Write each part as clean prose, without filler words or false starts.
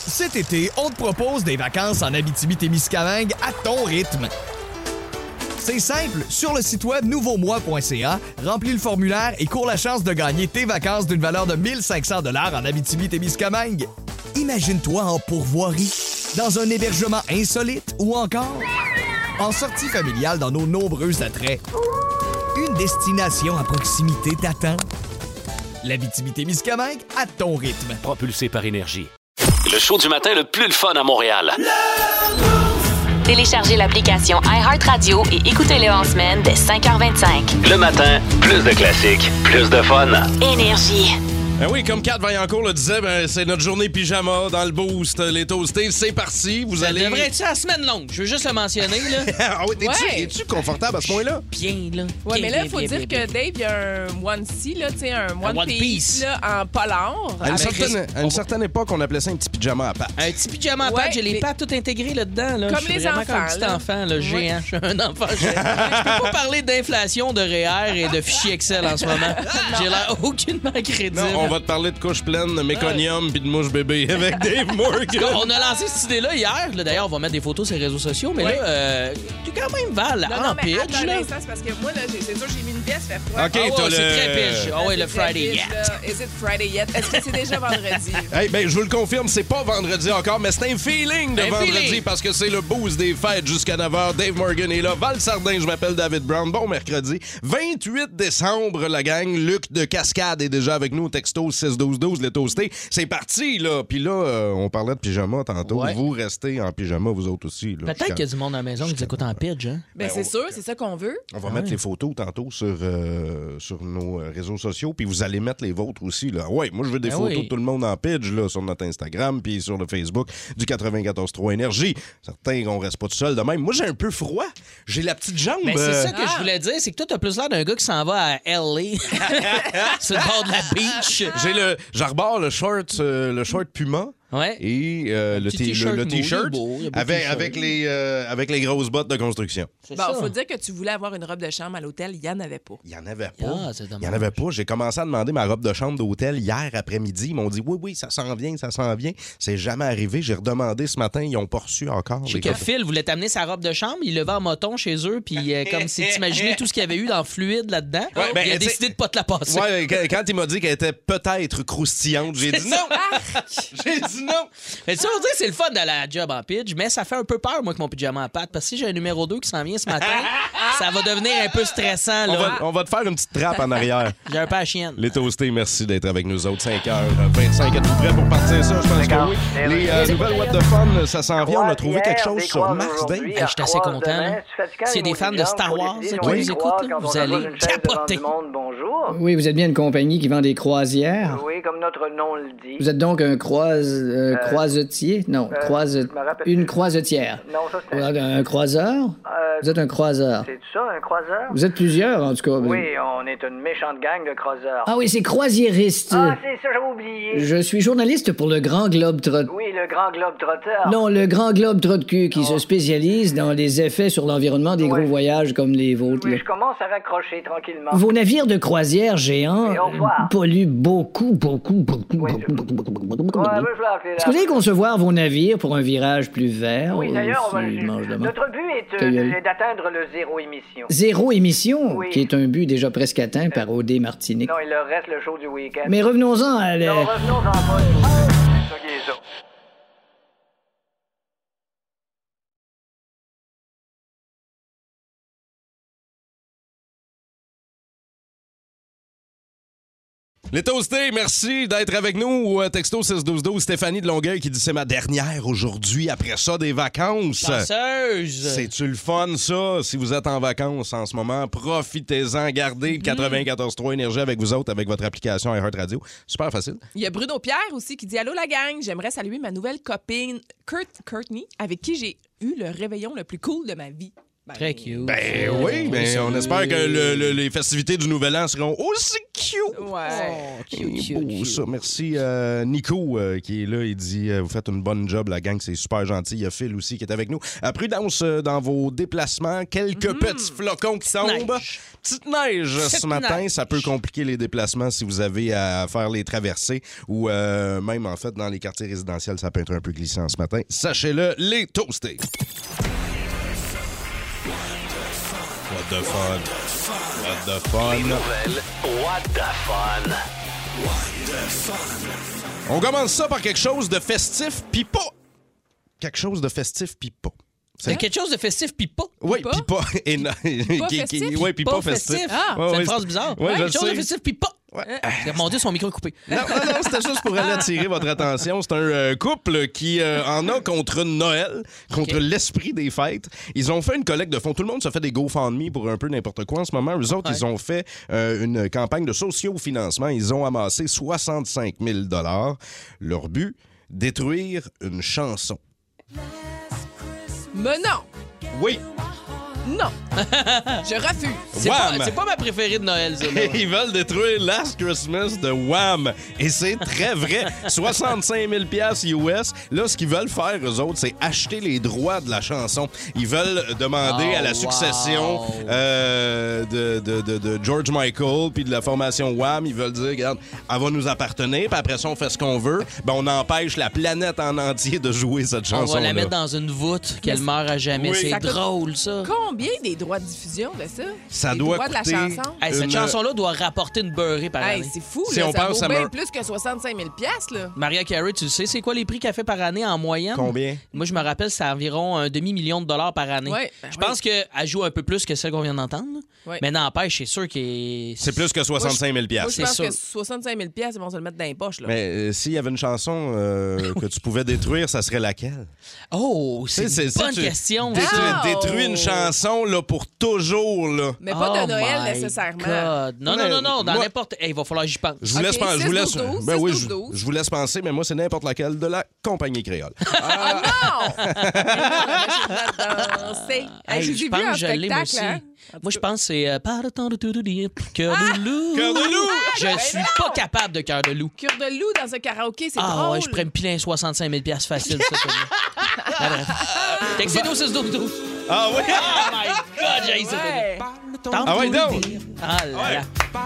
Cet été, on te propose des vacances en Abitibi-Témiscamingue à ton rythme. C'est simple, sur le site web nouveaumois.ca, remplis le formulaire et cours la chance de gagner tes vacances d'une valeur de 1 500 $ en Abitibi-Témiscamingue. Imagine-toi en pourvoirie, dans un hébergement insolite ou encore en sortie familiale dans nos nombreux attraits. Une destination à proximité t'attend. L'Abitibi-Témiscamingue à ton rythme. Propulsé par Énergie. Le show du matin le plus le fun à Montréal. Téléchargez l'application iHeartRadio et écoutez-le en semaine dès 5h25. Le matin, plus de classiques, plus de fun. Énergie. Ben oui, comme Kat Vaillancourt le disait, c'est notre journée pyjama dans le boost. Les toastés, c'est parti. Vous Ça allez... devrait être ça la semaine longue. Je veux juste le mentionner, là. Ah oui, es-tu confortable à ce point-là? Bien, là. Ouais, mais là, il Bien, faut bien, dire bien, que bien. Dave, il y a un onesie, là, tu sais, un One one Piece. piece là, en polar. À une, avec- certaine époque, on appelait ça un petit pyjama à pattes. Un petit pyjama à Ouais, pattes, j'ai les les- pattes tout intégrées là-dedans. Là. Comme Je suis les vraiment enfants, comme un petit là. enfant, là, Ouais. géant. Je suis un enfant géant. Je peux pas parler d'inflation, de REER et de fichiers Excel en ce moment. J'ai l'air aucunement crédible. Non, on va te parler de couches pleines, de méconium puis de mouches bébé avec Dave Morgan. On a lancé cette idée-là hier. Là, d'ailleurs, on va mettre des photos sur les réseaux sociaux. Mais Ouais. là, tu quand même Val Non, en non, mais pitch. attends là. un instant, c'est parce que moi, là, c'est sûr, j'ai mis une pièce, fait froid. OK, Ah ouais, t'as c'est le... très pitch. Ah ouais, le C'est très Friday pitch, Yet. là. Is it Friday yet? Est-ce que c'est déjà vendredi? Hey, ben, je vous le confirme, c'est pas vendredi encore, mais c'est un feeling de Un vendredi feeling. parce que c'est le boost des fêtes jusqu'à 9h. Dave Morgan est là. Val Sardin, je m'appelle David Brown. Bon mercredi. 28 décembre, la gang. Luc de Cascade est déjà avec nous au texto 6-12-12, les toastés. C'est parti, là. Puis là, on parlait de pyjama tantôt. Ouais. Vous restez en pyjama, vous autres aussi. Là. Peut-être qu'il y a du monde à la maison qui nous écoute en pitch. Hein? Ben, c'est sûr, c'est ça qu'on veut. On va mettre les photos tantôt sur nos réseaux sociaux, puis vous allez mettre les vôtres aussi. Là. Ouais, moi, je veux des Ben photos oui. de tout le monde en pitch là, sur notre Instagram, puis sur le Facebook du 94.3 Énergie. Certains qu'on reste pas tout seul de même. Moi, j'ai un peu froid. J'ai la petite jambe. Ben, c'est ça que je voulais dire, c'est que toi, t'as plus l'air d'un gars qui s'en va à L.A. sur le bord de la beach. J'arbore le short Puma. Ouais. Et le petit t-shirt le t-shirt mou, il est beau, il y a beau avec, t-shirt. avec les grosses bottes de construction. C'est Bon, ça. faut dire que tu voulais avoir une robe de chambre à l'hôtel, il n'y en avait pas. Il n'y en avait pas. Ah, c'est Il dommage. n'y en avait pas. J'ai commencé à demander ma robe de chambre d'hôtel hier après-midi. Ils m'ont dit oui, ça s'en vient, ça s'en vient. C'est jamais arrivé. J'ai redemandé ce matin. Ils n'ont pas reçu encore. Je sais les que robes. Phil voulait t'amener sa robe de chambre, il levait en moton chez eux, puis comme si t'imaginais tout ce qu'il y avait eu dans le fluide là-dedans, Ouais, ben, il a tu sais- décidé de pas te la passer. Ouais, quand il m'a dit qu'elle était peut-être croustillante, j'ai dit non. J'ai dit non. Mais ça, on dirait que c'est le fun d'aller à la job en pitch, mais ça fait un peu peur, moi, que mon pyjama à pattes, parce que si j'ai un numéro 2 qui s'en vient ce matin, ça va devenir un peu stressant. Là. On va te faire une petite trappe en arrière. J'ai un peu à chienne. Les toastés, merci d'être avec nous autres. 5h25. Êtes-vous prêts pour partir ça? Je pense que oui. Les nouvelles What the Fun, ça s'en vient. On a trouvé quelque chose sur Mars Day. Hey, je suis assez content. Là. S'il y a des fans de Star Wars qui nous écoutent, là, vous allez capoter. Bonjour. Oui, vous êtes bien une compagnie qui vend des croisières. Oui, comme notre nom le dit. Vous êtes donc un croisetier? Non, je me rappelle une plus. croisetière. Non, ça Vous c'était... êtes un croiseur? Vous êtes un croiseur. C'est ça, un croiseur? Vous êtes plusieurs, en tout cas. Oui, on est une méchante gang de croiseurs. Ah oui, c'est croisiériste. Ah, c'est ça, j'avais oublié. Je suis journaliste pour le Grand Globe Trot. Oui, le grand globe trotteur. Non, le Grand Globe Trot cul qui se spécialise dans les effets sur l'environnement des Ouais. gros voyages comme les vôtres. Oui, là. je commence à raccrocher tranquillement. Vos navires de croisière géants Oui, au revoir. polluent beaucoup. Oui, je vais appeler là. Est-ce que vous allez concevoir vos navires pour un virage plus vert? Oui, d'ailleurs, si je mange de notre but est Ta gueule. d'atteindre le zéro émission. Zéro émission, Oui. qui est un but déjà presque atteint par O.D. Martinique. Non, il leur reste le show du week-end. Mais revenons-en à la... Non, revenons en pas. C'est ça qui est ça. Les toastés, merci d'être avec nous au texto 6-12-12. Stéphanie de Longueuil qui dit c'est ma dernière aujourd'hui, après ça, des vacances. Chanceuse! C'est-tu le fun, ça? Si vous êtes en vacances en ce moment, profitez-en, gardez 94.3 Énergie avec vous autres, avec votre application iHeartRadio. Super facile. Il y a Bruno Pierre aussi qui dit « Allô la gang, j'aimerais saluer ma nouvelle copine Courtney, avec qui j'ai eu le réveillon le plus cool de ma vie. » Très cute. Ben oui, mais on espère que les festivités du Nouvel An seront aussi cute. Ouais. Beau, ça. Merci Nico qui est là. Il dit vous faites une bonne job, la gang, c'est super gentil. Il y a Phil aussi qui est avec nous. Prudence dans vos déplacements. Quelques petits flocons qui tombent. Petite neige ce matin. Ça peut compliquer les déplacements si vous avez à faire les traversées ou même en fait dans les quartiers résidentiels, ça peut être un peu glissant ce matin. Sachez-le, les toastés. What the fun. What the fun. Les nouvelles, what the fun. On commence ça par quelque chose de festif, pis pas. Quelque chose de festif, pis pas. C'est quelque chose de festif, pis pas. Oui, pis pas. Et non, festif? oui, pis pas festif. Ah, Ouais, c'est ouais, une phrase bizarre. ouais, je Quelque chose sais. de festif, pis pas. Ouais. Mon Dieu, son micro est coupé. Non, c'était juste pour aller attirer votre attention. C'est un couple qui en a contre Noël, contre l'esprit des fêtes. Ils ont fait une collecte de fonds. Tout le monde se fait des GoFundMe pour un peu n'importe quoi en ce moment. Eux autres, ils ont fait une campagne de socio-financement. Ils ont amassé 65 000 $. Leur but, détruire une chanson. Mais non! Oui, Non! Je refuse. Wham! C'est pas ma préférée de Noël, ça. là. Ils veulent détruire Last Christmas de Wham! Et c'est très vrai. 65 000 $ US. Là, ce qu'ils veulent faire, eux autres, c'est acheter les droits de la chanson. Ils veulent demander à la succession de George Michael puis de la formation Wham! Ils veulent dire, regarde, elle va nous appartenir, puis après ça, on fait ce qu'on veut. Ben, on empêche la planète en entier de jouer cette On chanson. va la mettre dans une voûte, qu'elle meurt à jamais. Oui. C'est Ça coûte drôle, ça. Combien des droits de diffusion de ça? Ça Les doit droits de la coûter chanson? Hey, cette une- chanson-là doit rapporter une beurrée par Hey, année. c'est fou, Si là. on Ça pense vaut à bien Mer- plus que 65 000 là. Mariah Carey, tu le sais, c'est quoi les prix qu'elle fait par année en moyenne? Combien? Moi, je me rappelle, c'est environ $1 demi-million par année. Ouais, ben je oui. pense qu'elle joue un peu plus que celle qu'on vient d'entendre. Ouais. Mais n'empêche, c'est sûr qu'il C'est plus que 65 000 Moi, $. je C'est pense sûr. que 65 000 ils vont se le mettre dans les poches, là. Mais s'il y avait une chanson que tu pouvais détruire, ça serait laquelle? Oh, c'est une bonne tu question. Ah! ça. Tu détruis une chanson là, pour toujours. Là. Mais pas Oh de Noël, my nécessairement. God. Non, Mais dans moi- n'importe... Hey, il va falloir que j'y pense. Je vous laisse Ok, penser. Je vous laisse. 6-12-12, Ben oui, 6-12-12. je vous laisse penser, mais moi, c'est n'importe laquelle de la compagnie créole. Ah non! Danser. Hey, Je je l'ai pense vu en que je l'ai, moi aussi. spectacle, hein? Moi, je pense que c'est Par le temps de tout dire, Cœur de loup. Cœur de loup! Je suis pas capable de Cœur de loup. Cure de loup dans un karaoké, c'est Ah drôle. ouais, je pourrais me piler un 65 000 $ facile, ça. pour moi. Ah, bref. Textez-nous 6-12-12. Ah oui! Oh my God, j'ai ça. Ouais. Ah ouais, donc! Ah là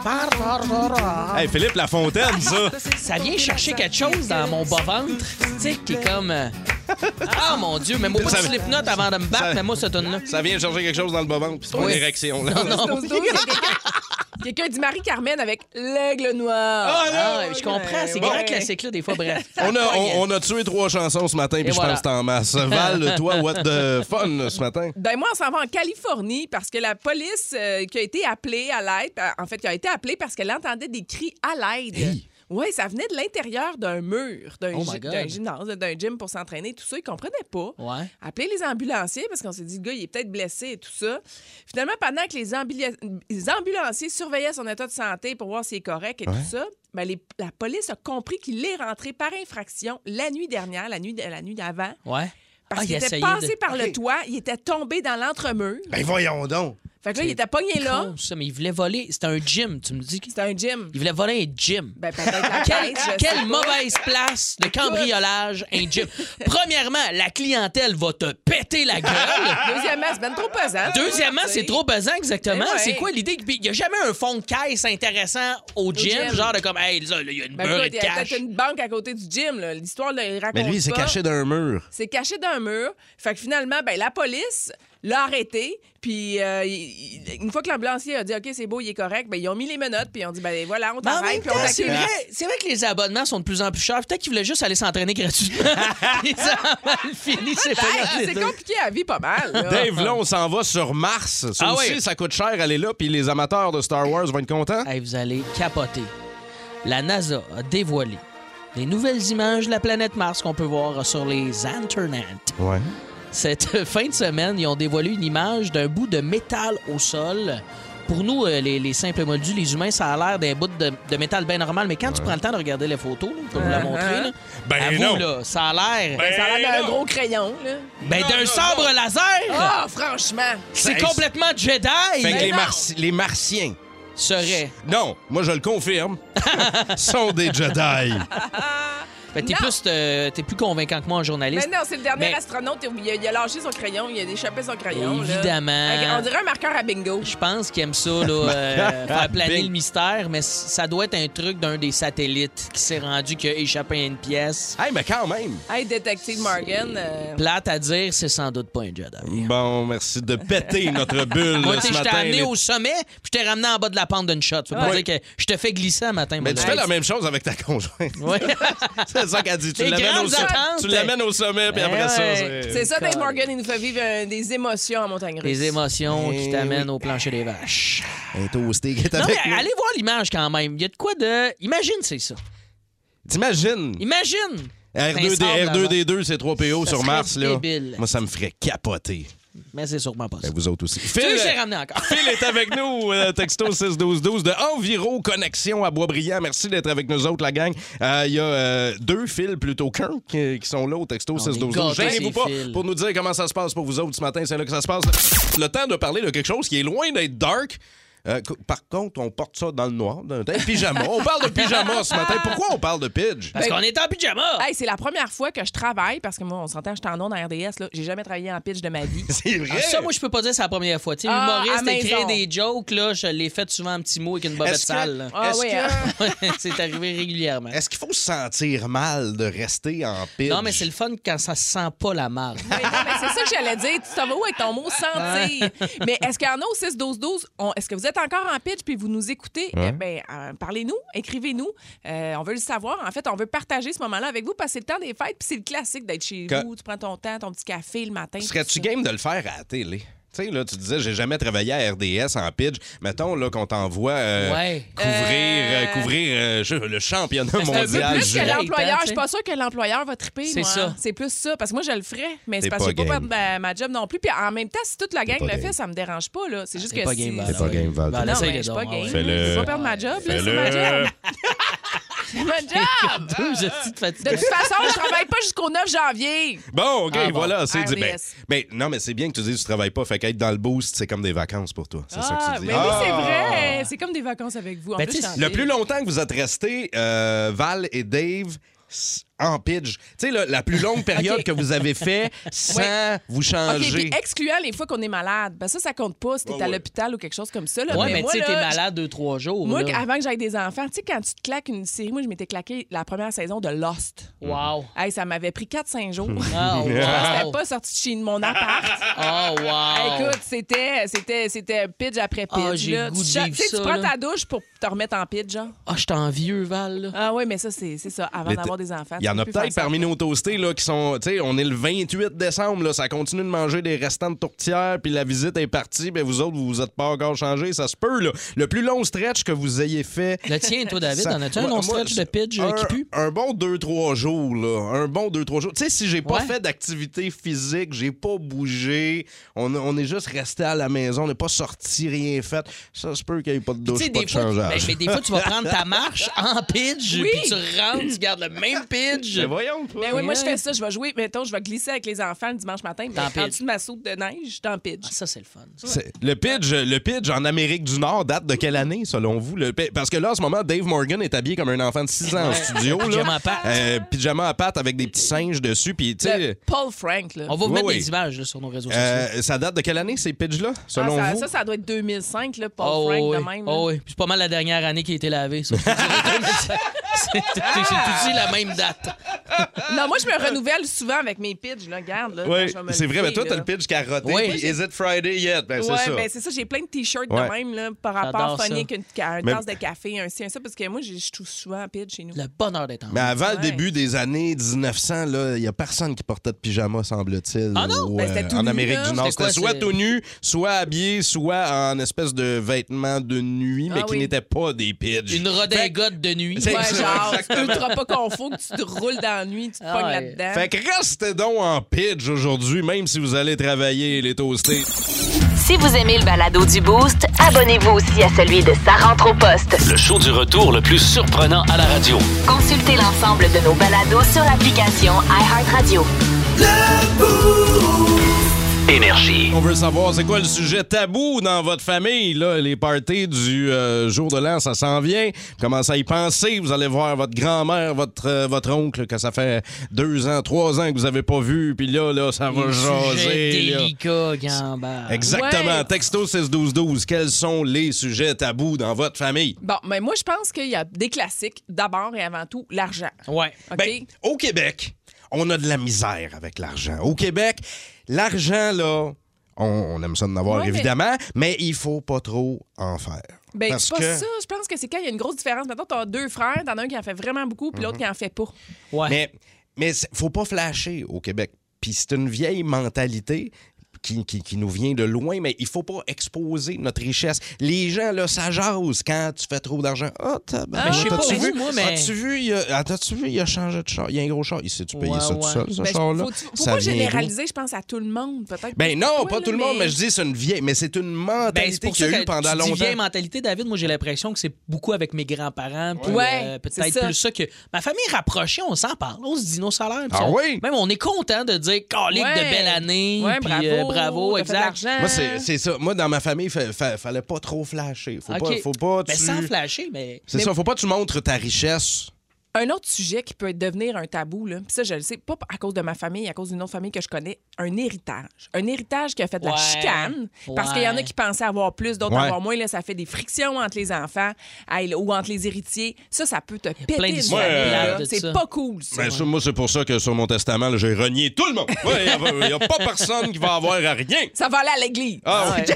là. Hey, Philippe Lafontaine, ça! Ça vient chercher quelque chose dans mon bas-ventre, tu sais, qui est comme... Ah, mon Dieu, mais moi pas de Ça- Slipknot avant de me battre, ça- mais moi, cette tonne-là. Ça vient chercher quelque chose dans le bas-ventre, puis c'est pas Oui. une érection. Là. Non, non. 12-12, il y a quelqu'un dit Marie-Carmen avec l'aigle noir. Ah, je comprends, c'est Ouais. grand classique, là, des fois, bref. On a tué 3 chansons ce matin, puis je voilà. pense que c'est en masse. Val, toi, what the fun ce matin? Ben moi, on s'en va en Californie parce que la police qui a été appelée à l'aide, en fait, qui a été appelée parce qu'elle entendait des cris à l'aide. Hey. Oui, ça venait de l'intérieur d'un mur, Oh my God. d'un gymnase, d'un gym pour s'entraîner, tout ça. Ils comprenaient pas. Ouais. Appeler les ambulanciers parce qu'on s'est dit, le gars, il est peut-être blessé et tout ça. Finalement, pendant que les ambulanciers surveillaient son état de santé pour voir s'il est correct et tout ça, ben la police a compris qu'il est rentré par infraction la nuit dernière, la nuit d'avant. Ouais. Parce Ah, qu'il il était essayait passé de- par le toit, il était tombé dans l'entremur. Ben voyons donc! Fait que là, il était pogné là. Con, ça, mais il voulait voler. C'était un gym, tu me dis. C'était un gym. Il voulait voler un gym. Ben, peut-être la Quelle, caisse, je sais quelle pas. mauvaise place de cambriolage, un gym. Premièrement, la clientèle va te péter la gueule. Deuxièmement, c'est ben trop pesant. Deuxièmement, c'est trop pesant, exactement. Eh ouais. C'est quoi l'idée? Il n'y a jamais un fond de caisse intéressant au gym, gym. genre de comme, hey, là, il y a une Ben, beurre écoute, de il y a cash. peut-être une banque à côté du gym, là. L'histoire, là, il raconte Mais lui, il s'est pas. caché d'un mur. C'est caché d'un mur. Fait que finalement, ben, la police l'a arrêté. Puis une fois que l'ambulancier a dit OK, c'est beau, il est correct, ben, ils ont mis les menottes. Puis ils ont dit ben voilà, on Mais en même t'arrête. Puis on temps, c'est t'accueille. vrai que les abonnements sont de plus en plus chers. Peut-être qu'ils voulaient juste aller s'entraîner gratuitement. Ils ont mal fini, c'est pas grave. Hey, c'est compliqué à vie pas mal. là. Dave, là, on s'en va sur Mars. Ça Ah aussi, oui. ça coûte cher aller là, puis les amateurs de Star Wars vont être contents. Hey, vous allez capoter. La NASA a dévoilé des nouvelles images de la planète Mars qu'on peut voir sur les internets. Ouais. Cette fin de semaine, ils ont dévoilé une image d'un bout de métal au sol pour nous, les simples moldus, les humains, ça a l'air d'un bout de métal bien normal. Mais quand tu prends le temps de regarder les photos, là, je peux vous la montrer. Là, Ben avoue, non. là, ça a l'air... Ça a l'air d'un gros crayon, là. d'un sabre laser! Ah, franchement. C'est Ben, complètement Jedi! Fait que non. les Martiens, Serait. non, moi je le confirme, sont des Jedi. Ben, t'es plus convaincant que moi en journaliste. Mais non, c'est le dernier Mais- astronaute. Il a lâché son crayon, il a échappé son crayon. là. Évidemment. On dirait un marqueur à bingo. Je pense qu'il aime ça, là, faire planer Bing. le mystère, mais ça doit être un truc d'un des satellites qui s'est rendu, qui a échappé à une pièce. Hey, mais quand même. Hey, détective Morgan. Plate à dire, c'est sans doute pas un Jedi. Bon, merci de péter notre bulle Moi, ce je t'ai matin. amené au sommet, puis je t'ai ramené en bas de la pente d'une shot. Tu peux pas Ouais. dire que je te fais glisser un matin. Mais moi, tu là. fais la même chose avec ta conjointe. Ouais. C'est ça qu'elle dit. Tu Les l'amènes grandes attentes. tu l'amènes au sommet, puis Eh après ça, ouais. C'est ça, Dave Colin. Morgan, il nous fait vivre des émotions en montagne russe. Les émotions qui Eh t'amènent au plancher des vaches. Un toasté qui est Non, avec mais nous. allez voir l'image quand même. Il y a de quoi de... Imagine, c'est ça. T'imagines? Imagine! Un sable R2D2, c'est 3PO Ça sur serait Mars, là. débile. Moi, ça me ferait capoter. Mais c'est sûrement pas ça. Ben, vous autres aussi. Tu veux que je l'ai ramené encore? Phil est avec nous, texto 61212 de Enviro Connexion à Boisbriand. Merci d'être avec nous autres, la gang. Il y a deux Phil plutôt qu'un qui sont là au texto On est 61212. gâtés, Gênez-vous ces pas Phil. pour nous dire comment ça se passe pour vous autres ce matin. C'est là que ça se passe. Le temps de parler de quelque chose qui est loin d'être dark. Par contre, on porte ça dans le noir, d'un pyjama. On parle de pyjama ce matin. Pourquoi on parle de Pidge? Parce qu'on est en pyjama! Hey, c'est la première fois que je travaille, parce que moi, on s'entend, je suis en ondes en RDS. Là. J'ai jamais travaillé en pitch de ma vie. C'est vrai. Ah, ça, moi, je peux pas dire que c'est la première fois. Tu sais, Ah, l'humoriste à écrire maison. des jokes, là, je l'ai fait souvent en petit mot avec une bobette Est-ce que- sale. là. Ah Est-ce oui, que- hein? C'est arrivé régulièrement. Est-ce qu'il faut se sentir mal de rester en Pidge? Non, mais c'est le fun quand ça se sent pas la marde. Oui, non, mais c'est ça que j'allais dire. Tu t'en vas où avec ton mot sentir? Mais est-ce qu'il y en a au 6-12-12? Est-ce que vous êtes encore en pitch puis vous nous écoutez? Eh bien, parlez-nous, écrivez-nous. On veut le savoir. En fait, on veut partager ce moment-là avec vous parce que c'est le temps des fêtes puis c'est le classique d'être chez vous. Tu prends ton temps, ton petit café le matin. Serais-tu tout ça. game de le faire à la télé? Tu sais, là, tu disais, j'ai jamais travaillé à RDS en pitch. Mettons, là, qu'on t'envoie Ouais. couvrir le championnat C'est un peu mondial. plus que Jury. l'employeur. Je suis Tu sais. pas sûre que l'employeur va triper. C'est moi. ça. C'est plus ça. Parce que moi, je le ferais. Mais T'es c'est parce que je pas vais pas game. perdre ma job non plus. Puis en même temps, si toute la gang pas le game. fait, ça me dérange pas. Là. C'est juste T'es que pas si... game, Val. T'es pas game, Val. Val, Non, essaye mais je suis pas donc, game. ouais. Fais-le. Je vais pas perdre ma job. là, C'est ma Fais-le. job. C'est ma job. Deux hosties de fatigue. De toute façon, je travaille pas jusqu'au 9 janvier. Bon, OK, Ah, bon. voilà. C'est dit. RDS. Non, mais c'est bien que tu dises que tu travailles pas. Fait qu'être dans le boost, c'est comme des vacances pour toi. C'est ça que tu dis. Mais oui, c'est vrai. C'est comme des vacances avec vous. En Ben, plus, tu sais, je suis Le plus longtemps que vous êtes restés, Val et Dave, en pitch. Tu sais, la plus longue période OK. que vous avez fait sans vous OK, changer. puis excluant les fois qu'on est malade. Ben ça compte pas si t'es Ouais, à ouais. l'hôpital ou quelque chose comme ça. Là. Ouais, mais moi, tu sais, t'es là, malade 2-3 jours. Moi, là. avant que j'aille des enfants, tu sais, quand tu te claques une série, moi, je m'étais claqué la première saison de Lost. Wow. Hey, ça m'avait pris 4-5 jours. Ah, Je wow. n'étais pas sortie de chez mon appart. Oh, wow. Écoute, c'était pitch après pitch. Ah, j'ai là. le goût de Tu sais, vivre tu ça, prends là. ta douche pour te remettre en pitch, genre. Ah, je suis envieux, Val. là. Ah oui, mais ça, c'est ça, avant d'avoir des enfants. Il y en a peut-être parmi nous. nos toastés là, qui sont. Tu sais, on est le 28 décembre, là, ça continue de manger des restants de tourtière, puis la visite est partie, ben vous autres, vous vous êtes pas encore changé. Ça se peut, là. Le plus long stretch que vous ayez fait. Le tien, toi, David, Ça- en as-tu un Moi- long moi, stretch de pitch un, qui pue? un bon 2-3 jours, là. Un bon 2-3 jours. Tu sais, si j'ai pas Ouais. fait d'activité physique, j'ai pas bougé, on est juste resté à la maison, on n'est pas sorti, rien fait, ça se peut qu'il n'y ait pas de Tu douche, sais, pas des de fois, changeage. mais des fois, tu vas prendre ta marche en pitch, Oui. puis tu rentres, tu gardes le même pitch. Mais voyons, toi. Ben oui, moi, je fais ça. Je vais jouer, mettons, je vais glisser avec les enfants le dimanche matin. T'en Mais en pitch. dessous de ma soupe de neige, je suis en pitch. Ah, ça, c'est le fun. Le pitch en Amérique du Nord date de quelle année, selon vous? Parce que là, en ce moment, Dave Morgan est habillé comme un enfant de 6 ans en studio. Là. Pyjama à pattes. Pyjama à pattes avec des petits singes dessus. Puis, tu Le sais, Paul Frank, là. On va vous Oui, mettre oui. des images là, sur nos réseaux sociaux. ça date de quelle année, ces pitchs-là, selon Ah, vous? ça doit être 2005, là, Paul Oh, Frank oui. de même. là. Oh, oui. Puis c'est pas mal la dernière année qui a été lavée. Ça. c'est aussi la même date. Non, moi, je me renouvelle souvent avec mes pitchs, là. Regarde, là. quand Oui, je vais me c'est vrai, lever, mais toi, là. t'as le pitch carotté. Oui. Puis, Is it Friday yet? Ben, c'est Ouais, ça. ben c'est ça, j'ai plein de t-shirts Ouais. de même là, par rapport J'adore à ça. funny qu'une Mais- tasse de café, un ci, un ça, parce que moi, je touche souvent à pitch chez nous. Le bonheur d'être en Mais avant le Ouais. début des années 1900, il n'y a personne qui portait de pyjama, semble-t-il. Ah non? Ben, c'était tout en nu, Amérique là. du Nord. C'était quoi, C'était soit c'est- tout nu, soit habillé, soit en espèce de vêtements de nuit, mais Ah qui oui. n'étaient pas des pitchs. Une redingote de nuit. C'est- Ouais, ça, genre, exactement. ultra pas confort que tu te roules dans la nuit, tu te Ah pognes ouais. là-dedans. Fait que restez donc en pitch aujourd'hui, même si vous allez travailler les toastés. Si vous aimez le balado du Boost, abonnez-vous aussi à celui de Sa rentre au poste. Le show du retour le plus surprenant à la radio. Consultez l'ensemble de nos balados sur l'application iHeartRadio. Énergie. On veut savoir, c'est quoi le sujet tabou dans votre famille? Là, les parties du jour de l'an, ça s'en vient. Commencez à y penser. Vous allez voir votre grand-mère, votre oncle, que ça fait 2 ans, 3 ans que vous n'avez pas vu. Puis là, ça va jaser. Délicat, Gambard. Exactement. Ouais. Texto 61212. Quels sont les sujets tabous dans votre famille? Bon, mais moi, je pense qu'il y a des classiques. D'abord et avant tout, l'argent. Ouais. OK? Ben, au Québec, on a de la misère avec l'argent. Au Québec, l'argent, là, on aime ça d'en avoir, Ouais, évidemment, mais il faut pas trop en faire. Ben, Parce c'est pas que- ça. Je pense que c'est quand il y a une grosse différence. Maintenant, t'as 2 frères, t'en as un qui en fait vraiment beaucoup, puis l'autre qui en fait pas. Ouais. Mais faut pas flasher au Québec. Puis c'est une vieille mentalité qui nous vient de loin, mais il faut pas exposer notre richesse. Les gens, là, ça jase quand tu fais trop d'argent. Mais je sais pas t'as-tu vous, vu? moi, mais- As-tu vu, il a changé de char. Il y a un gros char. Il s'est-tu payé Ouais, ça tout ouais. seul, ce Ben, char-là? faut Ça pas vient d'où? généraliser, je pense, à tout le monde, peut-être. Ben non, Toi, pas là, tout le monde, mais je dis c'est une vieille, mais c'est une Ben, mentalité c'est pour qu'il y ça a que eu pendant tu dis longtemps. vieille mentalité, David. Moi, j'ai l'impression que c'est beaucoup avec mes grands-parents. Puis, Ouais, c'est peut-être ça. plus ça que ma famille rapprochée, on s'en parle. On se dit nos salaires. puis Ah on- oui? Même on est content de dire calique Ouais. de belle année. Ouais, puis, bravo, t'as fait de exact. l'argent. Moi, c'est ça. Moi, dans ma famille, fallait pas trop flasher. Faut OK. pas Ben, tu... sans flasher, mais. C'est ça, faut pas que tu montres ta richesse. Un autre sujet qui peut devenir un tabou, là, puis ça, je le sais, pas à cause de ma famille, à cause d'une autre famille que je connais, un héritage. Un héritage qui a fait de la Ouais. chicane, parce qu'il y en a Ouais. qui pensaient avoir plus, d'autres Ouais. avoir moins. Là, ça fait des frictions entre les enfants ou entre les héritiers. Ça peut te péter plein une d'histoires famille, là. plates de C'est ça. pas cool, ça. Ben, ça, moi, c'est pour ça que sur mon testament, là, j'ai renié tout le monde. Il n'y a pas personne qui va avoir à rien. Ça va aller à l'église. Ah oui.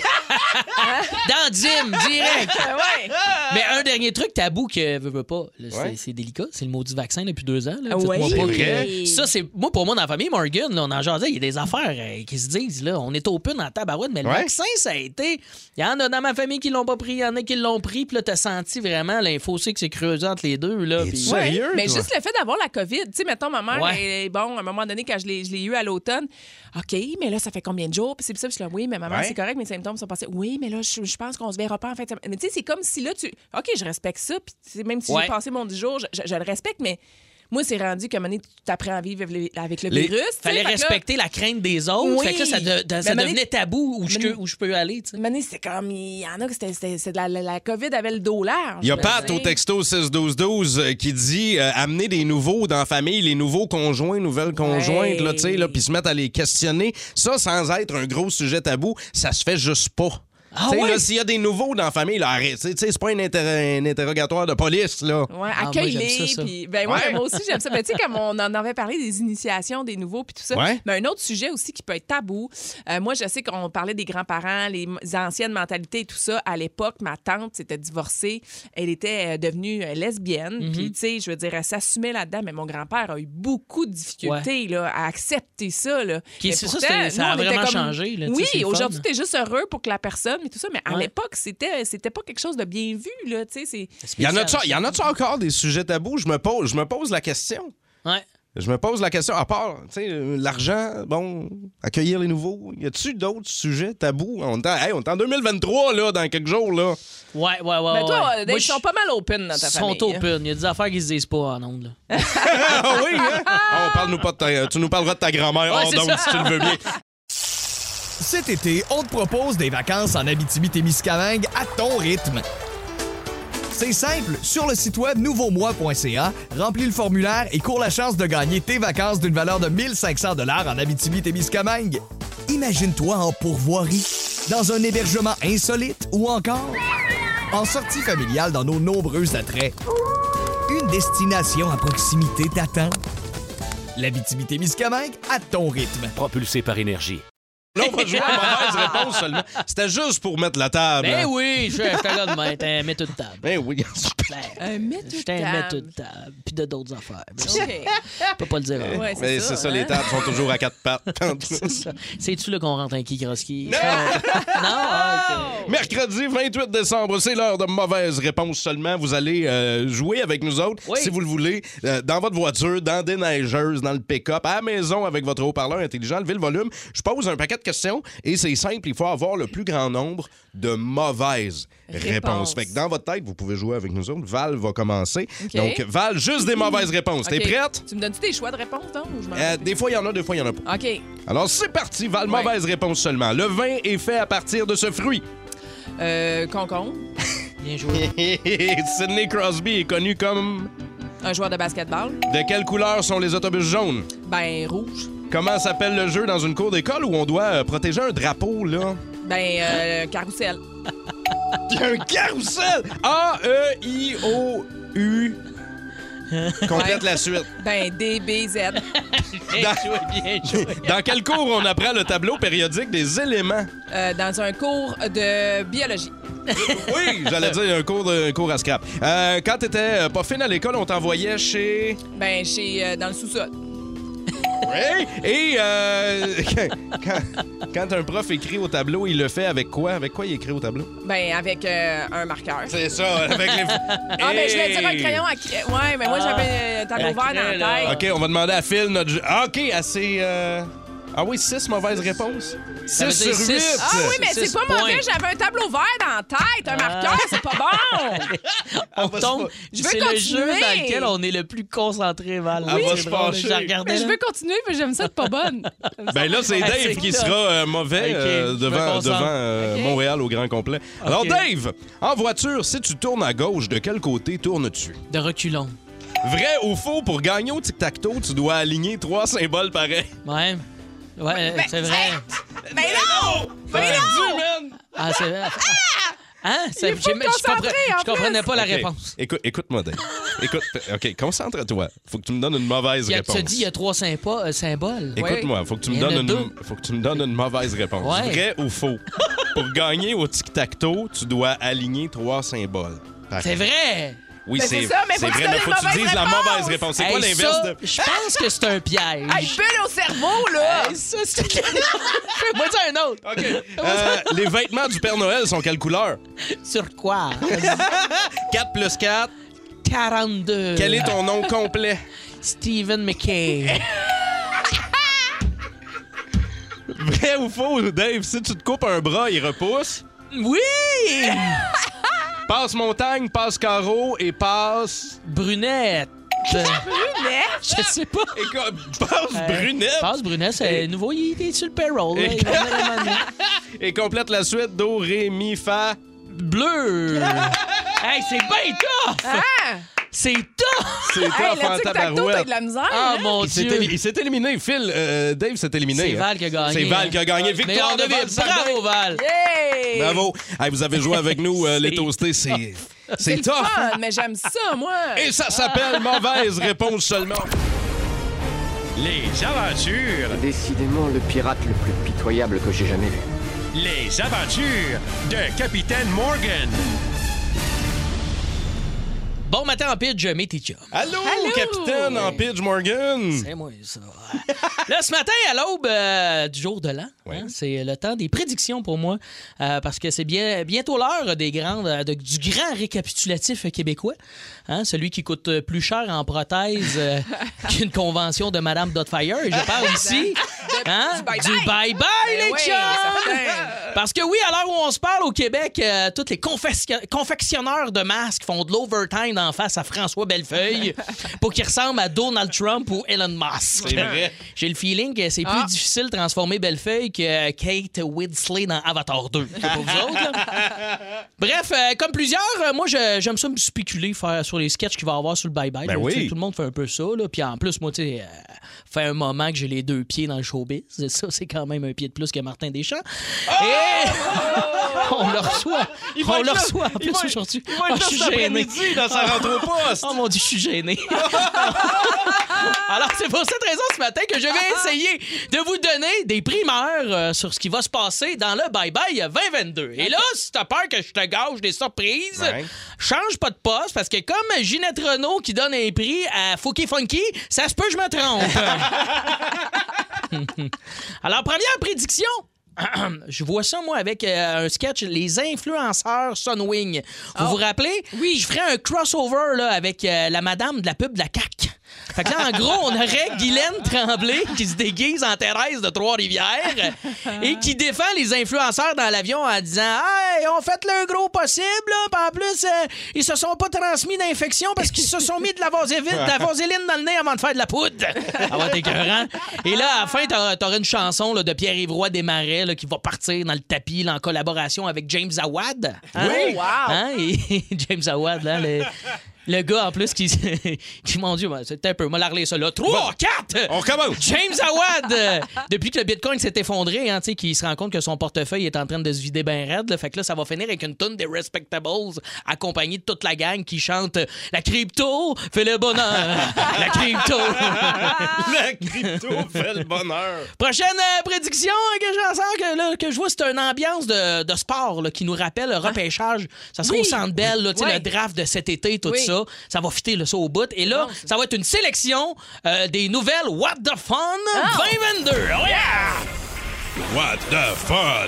Dans Dim, direct. Ouais. Mais un dernier truc tabou que veut pas, là, Ouais. c'est délicat, c'est le maudit vaccin depuis 2 ans. Là. Ouais. Dites-moi C'est pas vrai. que- Ça, c'est moi pour moi dans la famille Morgan, là, on en jasait, il y a des affaires qui se disent là, on est open en tabarouette, mais le Ouais. vaccin, ça a été. Il y en a dans ma famille qui l'ont pas pris, il y en a qui l'ont pris, puis là, t'as senti vraiment l'infossé que c'est creusé entre les deux. Là, Es-tu puis- sûr? Sérieux, Mais toi? juste le fait d'avoir la COVID. Tu sais, mettons, ma mère, Ouais. bon, à un moment donné, quand je l'ai eu à l'automne, OK, mais là, ça fait combien de jours? Puis c'est ça, puis je suis là, oui, mais maman, Ouais. c'est correct, mes symptômes sont passés. Oui, mais là, je pense qu'on se verra pas en fait. Mais tu sais, c'est comme si là, OK, je respecte ça, puis tu sais, même si Ouais. j'ai passé mon 10 jours, je le respecte, mais moi, c'est rendu qu'à un moment donné, tu t'apprends à vivre avec le Les- virus. tu sais, Fallait fait que là, respecter la crainte des autres. Oui. Fait que là, ça Mais devenait Mané- tabou où Mané- je peux aller. Tu sais. à un moment donné, c'est comme, il y en a que c'est de la COVID avait le dos large. Il y a là, Pat tu au sais. texto 61212 qui dit amener des nouveaux dans la famille, les nouveaux conjoints, nouvelles conjointes, là, tu sais, là, puis se mettre à les questionner. Ça, sans être un gros sujet tabou, ça se fait juste pas. Ah Tu sais, ouais? là, s'il y a des nouveaux dans la famille, là, arrête. Tu sais, c'est pas un interrogatoire de police, là. Ouais, moi, accueille-les. j'aime ça. Puis, ben, Ouais. moi aussi, j'aime ça. Ben, tu sais, comme on en avait parlé des initiations, des nouveaux, puis tout ça. Ouais. Mais un autre sujet aussi qui peut être tabou. Moi, je sais qu'on parlait des grands-parents, les anciennes mentalités et tout ça. À l'époque, ma tante s'était divorcée. Elle était devenue lesbienne. Puis, tu sais, je veux dire, elle s'assumait là-dedans. Mais mon grand-père a eu beaucoup de difficultés là, à accepter ça. Là. Qui- Mais c'est pourtant, ça, ça a nous, on était vraiment comme- changé, là, tu sais, c'est Oui, le aujourd'hui, fun. t'es juste heureux pour que la personne et tout ça. Mais à Ouais. l'époque, c'était pas quelque chose de bien vu. Là, tu sais, c'est... Il y en a-tu encore des sujets tabous? Je me pose la question. Ouais. Je me pose la question, à part, tu sais, l'argent, bon, accueillir les nouveaux, y a-tu d'autres sujets tabous? On est en 2023, là, dans quelques jours, là. Ouais. Mais toi, Moi, Dave, ils je- sont pas mal open dans ta Ils famille. sont open. Il y a des affaires qui se disent pas en ondes. là. Ah oui, hein? Ah, parle-nous pas de tu nous parleras de ta grand-mère, Ouais, hors c'est d'onde, ça. si tu le veux bien. Cet été, on te propose des vacances en Abitibi-Témiscamingue à ton rythme. C'est simple, sur le site web nouveaumois.ca, remplis le formulaire et cours la chance de gagner tes vacances d'une valeur de 1500 $ en Abitibi-Témiscamingue. Imagine-toi en pourvoirie, dans un hébergement insolite ou encore en sortie familiale dans nos nombreux attraits. Une destination à proximité t'attend. L'Abitibi-Témiscamingue à ton rythme. Propulsé par Énergie. Là, on va jouer à mauvaise réponse seulement. C'était juste pour mettre la table. Ben oui, je suis là de même. T'es un méthode de table. Ben oui. Un méthode de J'étais un table. méthode de table. Puis de d'autres affaires. Mais OK. je peux pas le dire. Ouais, Mais c'est ça, hein? les tables sont toujours à 4 pattes. C'est ça. C'est-tu là qu'on rentre un kikroski? Non! Non? Ah, OK. Mercredi 28 décembre, c'est l'heure de mauvaise réponse seulement. Vous allez jouer avec nous autres, Oui. si vous le voulez, dans votre voiture, dans des neigeuses, dans le pick-up, à la maison avec votre haut-parleur intelligent. Levez le volume. Je pose un paquet de questions et c'est simple, il faut avoir le plus grand nombre de mauvaises réponses. Fait que dans votre tête, vous pouvez jouer avec nous autres. Val va commencer. OK. Donc, Val, juste des mauvaises réponses. T'es OK. prête? Tu me donnes-tu des choix de réponse, non? Ou je m'en rappelle Des fois, il y en a, des fois, il y en a pas. plus? OK. Alors, c'est parti, Val. Ouais. Mauvaise réponse seulement. Le vin est fait à partir de ce fruit. Concombre. Bien joué. Sidney Crosby est connu comme... Un joueur de basketball. De quelle couleur sont les autobus jaunes? Ben, rouge. Comment s'appelle le jeu dans une cour d'école où on doit protéger un drapeau, là? Ben, carrousel. Il y a un carrousel! A-E-I-O-U. Complète Ouais. la suite. Ben, D-B-Z. Bien joué. Dans quel cours on apprend le tableau périodique des éléments? Dans un cours de biologie. Oui, j'allais dire un cours à scrap. Quand t'étais pas fine à l'école, on t'envoyait chez... Ben, dans le sous-sol. Oui! Et quand un prof écrit au tableau, il le fait avec quoi? Avec quoi il écrit au tableau? Ben, avec un marqueur. C'est ça, avec les... Ah, ben, je vais dire un crayon à crayon. Ouais, mais moi, j'avais un tableau vert dans la tête. OK, on va demander à Phil notre jeu. Ah, OK, assez... Ah oui, 6 mauvaises réponses. 6 veut sur dire 8. Ah oui, mais c'est 6 pas points. mauvais. J'avais un tableau vert dans la tête. Un marqueur, c'est pas bon. On tombe. Je veux C'est le continuer. jeu dans lequel on est le plus concentré, Val. Elle va C'est se drôle, pencher. j'ai regardé, Mais je là. veux continuer, mais j'aime ça être pas bonne. Ben là, c'est Ah, Dave c'est qui ça. sera mauvais OK, je me devant concentre. OK. Montréal au grand complet. Alors, OK. Dave, en voiture, si tu tournes à gauche, de quel côté tournes-tu? De reculons. Vrai ou faux, pour gagner au tic-tac-toe, tu dois aligner 3 symboles pareils. Ouais. Ouais, c'est vrai. Mais non! Mais non! Ah, c'est vrai. Hein? Ça- Il faut j'ai- te concentrer, en je comprenais pas la OK. réponse. Écoute-moi, Dave. Écoute, OK, concentre-toi. Faut que tu me donnes une mauvaise Tu réponse. as dit il y a 3 symboles. Écoute-moi, faut que tu me Il y en a donnes faut que tu me donnes une mauvaise réponse. Ouais. Vrai ou faux? Pour gagner au tic-tac-toe, tu dois aligner 3 symboles. C'est vrai! Oui, Ben, c'est ça, mais faut que tu vrai, mais donnes faut une que tu mauvaise dises la réponse. mauvaise réponse. C'est quoi Hey, l'inverse ça, de... Je pense que c'est un piège. Hey, bulle au cerveau, là! Hey, ça, c'est... Fais-moi dire un autre. OK. Les vêtements du Père Noël sont quelle couleur? Sur quoi? 4 plus 4. 42. Quel est ton nom complet? Stephen McKay. Vrai ou faux, Dave? Si tu te coupes un bras, il repousse. Oui! Passe montagne, passe carreau et passe... Brunette. Je sais pas. Passe brunette. Passe Brunette, c'est nouveau, il est sur le payroll. Là, Et- il va venir à un moment donné. Et complète la suite. Do, ré, mi, fa. Bleu. Hey, c'est bien tough! Ah! C'est tough! C'est Hey, tough le en tic-tac-toe, t'as tabarouette. de la misère, Ah, hein? mon Il s'est Dieu! il s'est éliminé. Phil, Dave s'est éliminé. C'est hein. Val qui a gagné. C'est Val qui a gagné. Mais Victoire on de devait... Val Sardin. Bravo, Val! Yay! Bravo. Hey, vous avez joué avec nous, les C'est- toastés. C'est le tough. fun, mais j'aime ça, moi. Et ça s'appelle mauvaise réponse seulement. Les aventures, Décidément le pirate le plus pitoyable que j'ai jamais vu. les aventures de Capitaine Morgan. Bon matin en pitch, mes teachers. Allô, Allô. capitaine en pitch Morgan. C'est moi, ça. Là, ce matin, à l'aube du jour de l'an, Ouais. hein, c'est le temps des prédictions pour moi, parce que c'est bientôt l'heure des du grand récapitulatif québécois, hein, celui qui coûte plus cher en prothèse qu'une convention de Madame Dotfire. Et je parle ici hein, du bye-bye. du bye-bye, les oui, chums! certain. Parce que oui, à l'heure où on se parle au Québec, tous les confectionneurs de masques font de l'overtime en face à François Bellefeuille pour qu'il ressemble à Donald Trump ou Elon Musk. C'est vrai. J'ai le feeling que c'est plus difficile de transformer Bellefeuille que Kate Winslet dans Avatar 2. C'est pour vous autres, là. Bref, comme plusieurs, moi, j'aime ça me spéculer faire sur les sketchs qu'il va y avoir sur le bye-bye. Ben là. oui. Tu sais, tout le monde fait un peu ça. Là. Puis en plus, moi, tu sais, fait un moment que j'ai les 2 pieds dans le showbiz. Ça, c'est quand même un pied de plus que Martin Deschamps. Et on le reçoit. On le reçoit en plus aujourd'hui. Il va Oh, être je là suis cet gêné. après-midi dans sa rentre au poste. Oh mon Dieu, je suis gêné. Alors, c'est pour cette raison ce matin que je vais essayer de vous donner des primeurs sur ce qui va se passer dans le Bye Bye 2022. Et là, si t'as peur que je te gâche des surprises, Ouais. change pas de poste parce que comme Ginette Renault qui donne un prix à Fouki Funky, ça se peut que je me trompe. Alors, première prédiction. Je vois ça, moi, avec un sketch Les influenceurs Sunwing. Vous vous rappelez? Oui. Je ferais un crossover là, avec la madame de la pub de la CAQ. Fait que là, en gros, on aurait Guylaine Tremblay qui se déguise en Thérèse de Trois-Rivières et qui défend les influenceurs dans l'avion en disant « Hey, on fait le gros possible, là, puis en plus, ils se sont pas transmis d'infection parce qu'ils se sont mis de la vaseline dans le nez avant de faire de la poudre. » Ça va être écœurant. Et là, à la fin, t'auras une chanson là, de Pierre-Yves Roy Desmarais là, qui va partir dans le tapis là, en collaboration avec James Awad. Hein? Oui, wow! Hein? Et James Awad, là, le gars, en plus, qui mon Dieu, c'était un peu... Moi, l'arler ça là. 3, 4! On commence! James Awad! Depuis que le Bitcoin s'est effondré, hein, qu'il se rend compte que son portefeuille est en train de se vider bien raide. Là, fait que là, ça va finir avec une toune des Respectables accompagnée de toute la gang qui chante « La crypto fait le bonheur! La crypto! » La crypto fait le bonheur! Prochaine prédiction que j'en sens que je vois, c'est une ambiance de sport là, qui nous rappelle le repêchage. Ça sera au Centre Bell, là, le draft de cet été, tout ça. Ça va fitter ça au bout. Et là, ça va être une sélection des nouvelles What the Fun 2022. Oh yeah! What the fun!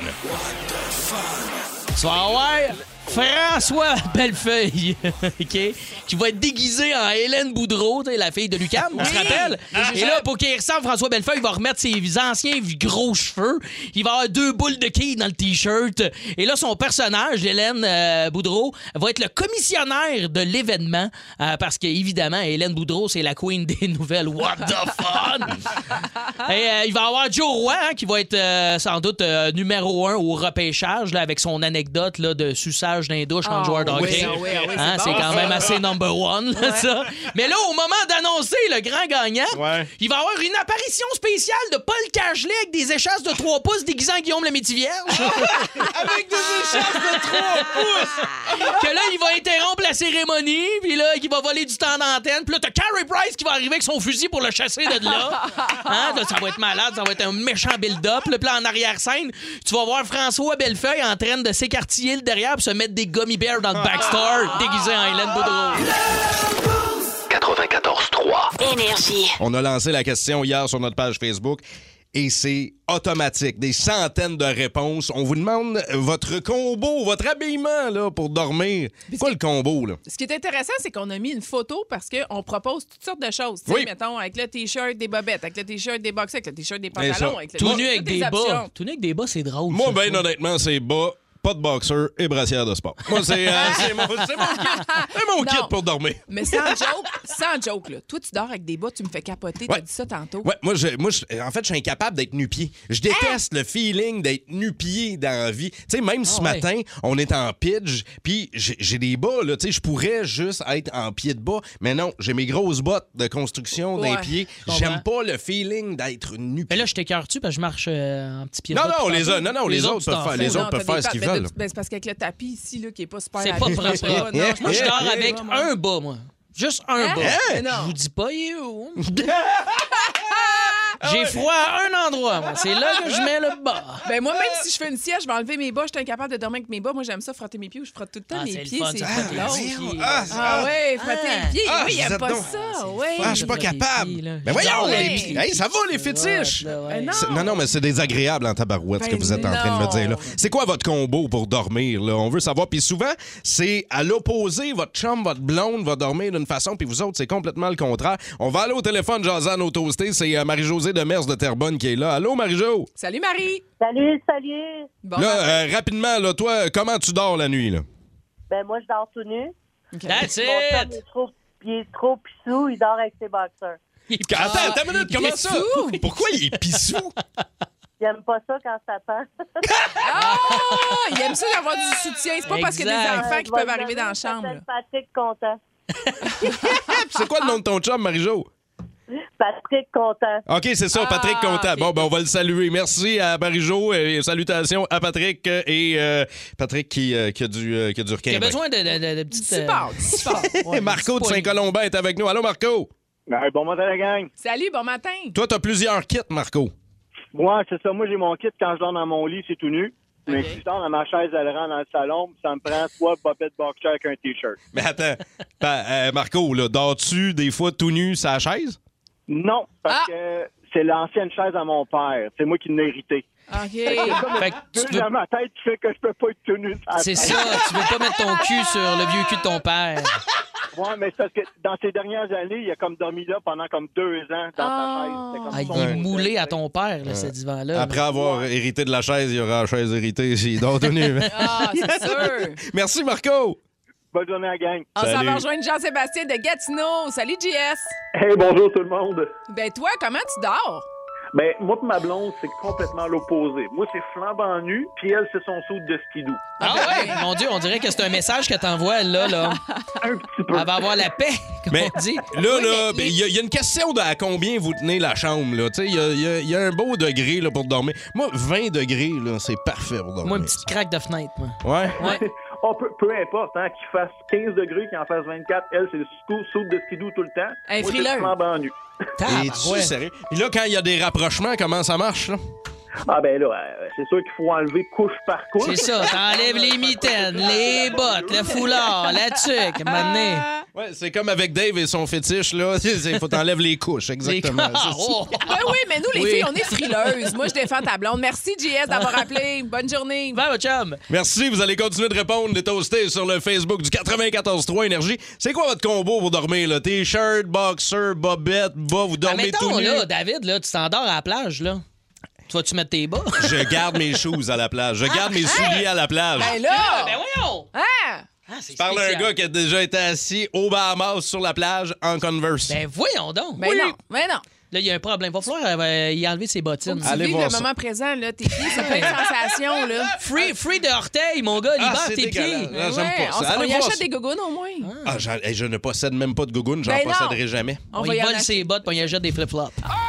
Tu vas avoir François Bellefeuille, OK, qui va être déguisé en Hélène Boudreau, la fille de Lucam, on se rappelle? Et là, pour qu'il ressemble, François Bellefeuille, il va remettre ses anciens gros cheveux. Il va avoir 2 boules de quilles dans le T-shirt. Et là, son personnage, Hélène Boudreau, va être le commissionnaire de l'événement parce qu'évidemment, Hélène Boudreau, c'est la queen des nouvelles What the Fun! Et il va avoir Joe Roy, hein, qui va être sans doute numéro 1 au repêchage là, avec son anecdote là, de suçage d'un douche en joueur de hockey. C'est quand même assez number one, là, ça. Mais là, au moment d'annoncer le grand gagnant, il va y avoir une apparition spéciale de Paul Cagelet avec des échasses de 3 pouces déguisant Guillaume le Métis-Vierge. Avec des échasses de 3 pouces! Que là, il va interrompre la cérémonie, puis là, il va voler du temps d'antenne. Puis là, t'as Carey Price qui va arriver avec son fusil pour le chasser de là. Hein? Là, ça va être malade, ça va être un méchant build-up. Puis là, en arrière-scène, tu vas voir François Bellefeuille en train de s'écartiller le derrière pour se mettre des gummy bears dans le backstore, déguisé en Hélène Boudreau. 94.3. Énergie. On a lancé la question hier sur notre page Facebook et c'est automatique. Des centaines de réponses. On vous demande votre combo, votre habillement là, pour dormir. Quoi le combo, là? Ce qui est intéressant, c'est qu'on a mis une photo parce qu'on propose toutes sortes de choses. Tu sais, mettons, avec le T-shirt, des bobettes, avec le T-shirt, des boxers, avec le T-shirt, des pantalons. Avec le tout nu avec des bas. Tout nu avec des bas, c'est drôle. Moi, bien honnêtement, c'est bas. Pas de boxer et brassière de sport. Moi, c'est mon kit. C'est mon kit pour dormir. Mais sans joke, là. Toi, tu dors avec des bas, tu me fais capoter. T'as dit ça tantôt. Ouais, moi, en fait, je suis incapable d'être nu-pied. Je déteste le feeling d'être nu-pied dans la vie. Tu sais, même ce matin, on est en pitch, puis j'ai des bas, là. Tu sais, je pourrais juste être en pied de bas, mais non, j'ai mes grosses bottes de construction d'un pied. J'aime pas le feeling d'être nu-pied. Mais là, je t'écœure-tu parce que je marche en petit pied de bas. Non, les autres peuvent faire ce qu'ils veulent. Ben, c'est parce qu'avec le tapis ici, là, qui est pas super... C'est pas propre. Moi, je dors avec un bas, moi. Juste un bas. Je vous dis pas, you. J'ai froid à un endroit, moi. C'est là que je mets le bas. Ben moi, même si je fais une sieste, je vais enlever mes bas. Je suis incapable de dormir avec mes bas. Moi, j'aime ça, frotter mes pieds ou je frotte tout le temps mes pieds. C'est frotter frotter les pieds. Oui, il aime pas ça. Je suis pas capable. Mais voyons, ça va, les fétiches. Non, mais c'est désagréable en tabarouette, ce que vous êtes en train de me dire, là. C'est quoi votre combo pour dormir, là? On veut savoir. Puis souvent, c'est à l'opposé. Votre chum, votre blonde va dormir d'une façon, puis vous autres, c'est complètement le contraire. On va aller au téléphone, jaser à nos toastés. C'est Marie-Josée Demers de Terrebonne qui est là. Allô, Marie-Jo? Salut, Marie! Salut! Bon, là, rapidement, là, toi, comment tu dors la nuit, là? Ben, moi, je dors tout nu. Okay. That's it! Il est trop pissou, il dort avec ses boxers. Attends une minute, comment ça? Pourquoi il est pissou? Il aime pas ça quand ça tend. Il aime ça d'avoir du soutien. C'est pas parce qu'il y a des enfants qui peuvent arriver dans la chambre. Patrick Content. C'est quoi le nom de ton chum, Marie-Jo? Patrick Content. OK, c'est ça, Patrick Content. Okay. Bon, ben on va le saluer. Merci à Marie-Jo et salutations à Patrick et Patrick qui a du requin. Il a besoin de petites... Support. Ouais, Marco de Saint-Colombin est avec nous. Allô, Marco? Bon matin, la gang. Salut, bon matin. Toi, t'as plusieurs kits, Marco. Moi, c'est ça. Moi, j'ai mon kit quand je dors dans mon lit, c'est tout nu. Mais si je dors dans ma chaise à rang dans le salon, ça me prend 3 bobettes boxer avec un T-shirt. Mais attends, Marco, là, dors-tu des fois tout nu sur la chaise? Non, parce que c'est l'ancienne chaise à mon père. C'est moi qui l'ai hérité. OK. Fait que dans ma tête, tu fais que je peux pas être tout nu. C'est ça, tu veux pas mettre ton cul sur le vieux cul de ton père. Ouais, mais c'est parce que dans ces dernières années, il a comme dormi là pendant comme 2 ans dans sa chaise. C'était comme Il est moulé à ton père, là, ce divan-là. Après avoir hérité de la chaise, il y aura la chaise héritée s'il dort tout nu. Ah, c'est sûr. Merci, Marco. Bonne journée à la gang. On s'en va rejoindre Jean-Sébastien de Gatineau. Salut, JS. Hey, bonjour tout le monde. Ben toi, comment tu dors? Ben, moi et ma blonde, c'est complètement l'opposé. Moi, c'est flambant nu, puis elle, c'est son saut de skidoo. Ah ouais? Mon Dieu, on dirait que c'est un message qu'elle t'envoie, là. Un petit peu. Elle va avoir la paix, comme on dit. Là, il y a une question de à combien vous tenez la chambre, là. Tu sais, il y a un beau degré, là, pour dormir. Moi, 20 degrés, là, c'est parfait pour dormir. Moi, une petite craque de fenêtre, moi. Ouais? Ouais. Oh, peu importe, hein, qu'il fasse 15 degrés, qu'il en fasse 24, elle, c'est le saut de skidoo tout le temps. Un moi, frileux. c'est flambant nu. Es-tu sérieux? Puis là, quand il y a des rapprochements, comment ça marche, là? Ah ben là, c'est sûr qu'il faut enlever couche par couche. C'est ça, t'enlèves les mitaines, les bottes, le foulard, la tuque, maintenant. Ouais, c'est comme avec Dave et son fétiche, là. Il faut t'enlèves les couches, exactement. Ben oui, mais nous, les filles, on est frileuses. Moi, je défends ta blonde. Merci, JS, d'avoir appelé. Bonne journée. Va, mon chum. Merci, vous allez continuer de répondre, les toastés sur le Facebook du 94.3 Énergie. C'est quoi votre combo pour dormir, là? T-shirt, boxer, bobette, bas, vous dormez tout nu? Là, David, là, tu t'endors à la plage, là. Tu vas-tu mettre tes bas? Je garde mes shoes à la plage. Je garde mes souliers à la plage. Ben là! Ben voyons! Hein? Tu parles d'un gars qui a déjà été assis au Bahamas sur la plage en Converse. Ben voyons donc! Ben non, ben non. Là, il y a un problème. Il va falloir y enlever ses bottines. Allez voir le moment présent, là. Tes pieds, c'est plein de sensations, là. Free de orteil, mon gars. Libère tes pieds. Non, j'aime pas ça. On y achète des gougounes, au moins. Ah, je ne possède même pas de gougounes. J'en posséderai jamais. On y vole ses bottes puis on y achète des flip-flops.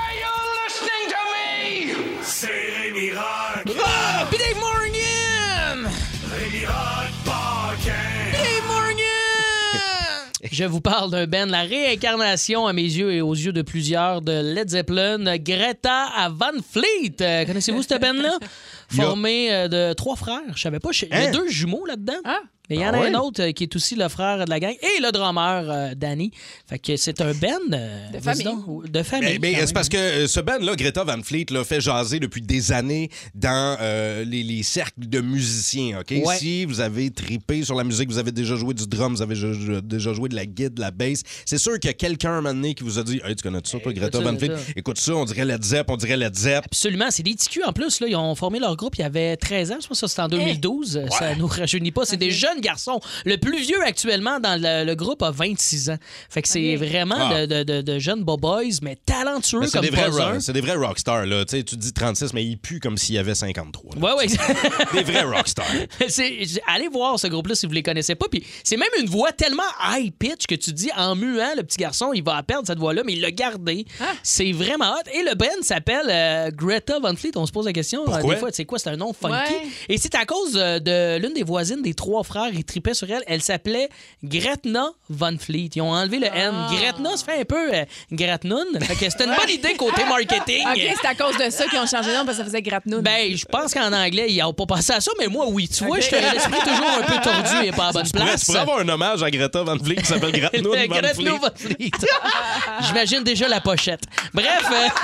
C'est Rémi Rock! Ah! Puis Dave Morgan! Rémi Rock Paquin! Dave Morgan! Je vous parle d'un band, la réincarnation à mes yeux et aux yeux de plusieurs de Led Zeppelin, Greta Van Fleet. Connaissez-vous cette band-là? Formée de 3 frères. Je savais pas. Il y a 2 jumeaux là-dedans. Ah! Mais il y en a un autre qui est aussi le frère de la gang et le drummer Danny. Fait que c'est un band de famille. De famille. Mais c'est parce que ce band-là, Greta Van Fleet, l'a fait jaser depuis des années dans les cercles de musiciens. OK? Ouais. Si vous avez trippé sur la musique, vous avez déjà joué du drum, vous avez déjà joué de la guitare, de la bass, c'est sûr qu'il y a quelqu'un un moment donné qui vous a dit Hey, tu connais ça, toi, Greta Van Fleet? Écoute ça, on dirait Led Zepp, on dirait Led Zepp. Absolument. C'est des TQ en plus. Là, ils ont formé leur groupe il y avait 13 ans. Je pense que c'était en 2012. Ouais. Ça nous rajeunit pas. C'est des jeunes garçons. Le plus vieux actuellement dans le groupe a 26 ans. Fait que c'est vraiment de jeunes boys, mais talentueux mais comme pas un. C'est des vrais rockstars. Là. Tu dis 36, mais ils puent comme s'il y avait 53. Là. Ouais. Des vrais rockstars. Allez voir ce groupe-là si vous les connaissez pas. Puis c'est même une voix tellement high-pitch que tu dis en muant, le petit garçon, il va perdre cette voix-là, mais il l'a gardée. C'est vraiment hot. Et le band s'appelle Greta Van Fleet. On se pose la question. Pourquoi? Des fois, c'est quoi? C'est un nom funky. Ouais. Et c'est à cause de l'une des voisines des 3 frères. Ils tripaient sur elle. Elle s'appelait Gretna Van Fleet. Ils ont enlevé le N. Gretna, ça fait un peu Gratnoun. Fait que c'était une bonne idée côté marketing. OK, c'est à cause de ça qu'ils ont changé de nom parce que ça faisait Gratnoun. Ben, je pense qu'en anglais, ils n'ont pas pensé à ça, mais moi, oui. Tu vois, l'esprit toujours un peu tordu et pas à bonne place. Tu pourrais avoir un hommage à Greta Van Fleet qui s'appelle Gratnoun Van Fleet. J'imagine déjà la pochette. Bref...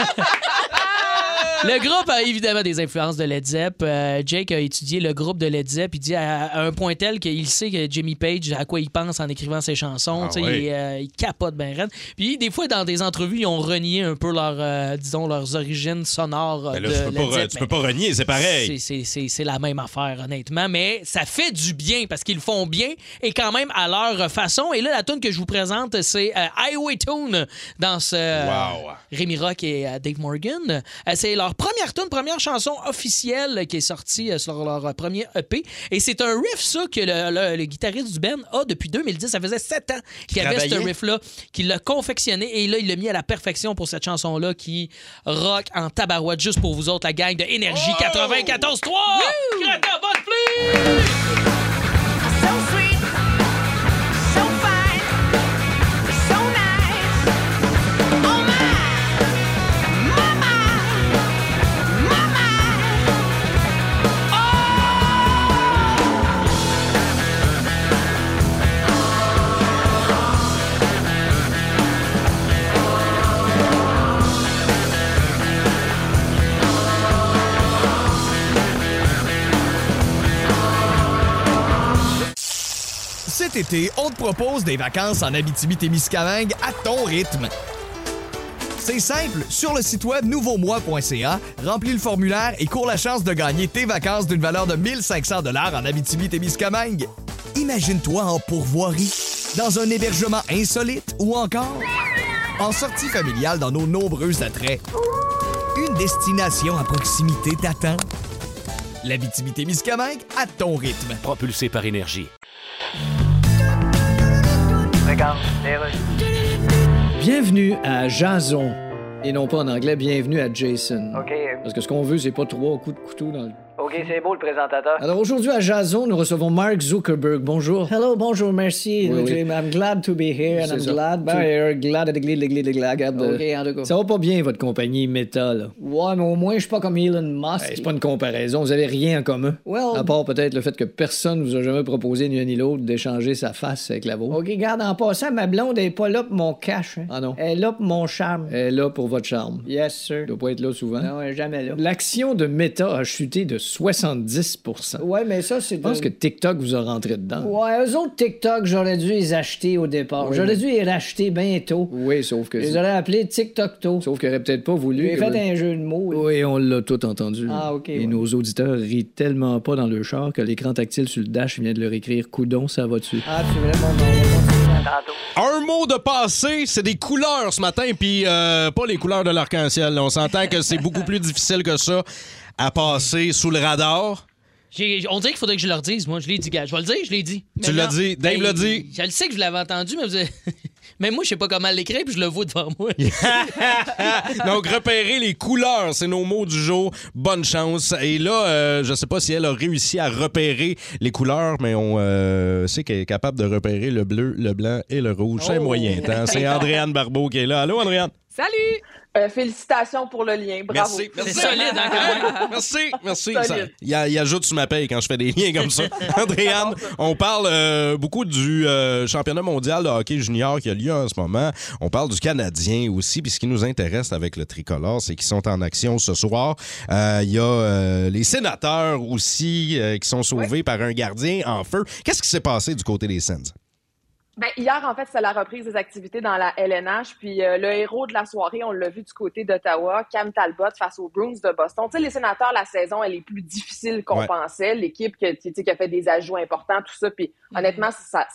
Le groupe a évidemment des influences de Led Zepp. Jake a étudié le groupe de Led Zepp. Il dit à un point tel qu'il sait que Jimmy Page, à quoi il pense en écrivant ses chansons. Il capote ben raide. Puis des fois, dans des entrevues, ils ont renié un peu leurs origines sonores de Led Zepp. Tu peux pas renier, c'est pareil. C'est la même affaire, honnêtement. Mais ça fait du bien parce qu'ils le font bien et quand même à leur façon. Et là, la tune que je vous présente, c'est Highway Tune dans ce Rémi Rock et Dave Morgan. C'est leur première chanson officielle qui est sortie sur leur premier EP. Et c'est un riff, ça, que le guitariste du band a depuis 2010. Ça faisait 7 ans qu'il avait ce riff-là, qu'il l'a confectionné. Et là, il l'a mis à la perfection pour cette chanson-là qui rock en tabarouette juste pour vous autres, la gang de Énergie 94.3! Greta Van Fleet! Cet été, on te propose des vacances en Abitibi-Témiscamingue à ton rythme. C'est simple, sur le site web nouveaumois.ca, remplis le formulaire et cours la chance de gagner tes vacances d'une valeur de 1 500 $ en Abitibi-Témiscamingue. Imagine-toi en pourvoirie, dans un hébergement insolite ou encore en sortie familiale dans nos nombreux attraits. Une destination à proximité t'attend. L'Abitibi-Témiscamingue à ton rythme. Propulsé par Énergie. Regarde, les rues. Bienvenue à Jason. Et non pas en anglais, bienvenue à Jason. OK. Parce que ce qu'on veut, c'est pas 3 coups de couteau dans le... OK, c'est beau le présentateur. Alors aujourd'hui à Jason, nous recevons Mark Zuckerberg. Bonjour. Hello, bonjour, merci. Oui. I'm glad to be here and I'm glad to... Regarde. Ça va pas bien, votre compagnie Meta, là. Ouais, mais au moins, je suis pas comme Elon Musk. C'est pas une comparaison, vous avez rien en commun. Well... À part peut-être le fait que personne vous a jamais proposé, ni un ni l'autre, d'échanger sa face avec la vôtre. OK, regarde, en passant, ma blonde est pas là pour mon cash. Hein. Ah non. Elle est là pour mon charme. Elle est là pour votre charme. Yes, sir. Elle doit pas être là souvent. Non, elle est jamais là. L'action de Meta a chuté de 70%. Ouais, mais ça, c'est... Je pense que TikTok vous a rentré dedans. Ouais, eux autres, TikTok, j'aurais dû les acheter au départ. Oui, j'aurais dû les racheter bientôt. Oui, sauf que... Je les aurais appelés TikTok-to. Sauf qu'ils auraient peut-être pas voulu... J'ai fait un jeu de mots. Oui, on l'a tout entendu. Ah, OK. Et nos auditeurs rient tellement pas dans le char que l'écran tactile sur le dash vient de leur écrire « Coudon, ça va dessus ». Ah, c'est vraiment bon. Un mot de passé, c'est des couleurs ce matin, puis pas les couleurs de l'arc-en-ciel. On s'entend que c'est beaucoup plus difficile que ça à passer sous le radar. On dirait qu'il faudrait que je leur dise, moi. Je l'ai dit, gars. Je vais le dire, je l'ai dit. Tu l'as dit, Dave l'a dit. Je le sais que je l'avais entendu, mais même moi, je sais pas comment l'écrire, puis je le vois devant moi. Donc, repérer les couleurs, c'est nos mots du jour. Bonne chance. Et là, je sais pas si elle a réussi à repérer les couleurs, mais on sait qu'elle est capable de repérer le bleu, le blanc et le rouge. C'est moyen temps. C'est Andréane Barbeau qui est là. Allô, Andréane? Salut! Félicitations pour le lien. Bravo. Merci. C'est solide, hein, quand même. Merci. Il ajoute sur ma paye quand je fais des liens comme ça. Andréane, on parle beaucoup du championnat mondial de hockey junior qui a lieu en ce moment. On parle du Canadien aussi. Puis ce qui nous intéresse avec le tricolore, c'est qu'ils sont en action ce soir. Il y a les Sénateurs aussi qui sont sauvés par un gardien en feu. Qu'est-ce qui s'est passé du côté des Sens? Ben, hier, en fait, c'est la reprise des activités dans la LNH. Puis le héros de la soirée, on l'a vu du côté d'Ottawa, Cam Talbot face aux Bruins de Boston. Tu sais, les Sénateurs, la saison, elle est plus difficile qu'on pensait. L'équipe qui a fait des ajouts importants, tout ça. Puis honnêtement,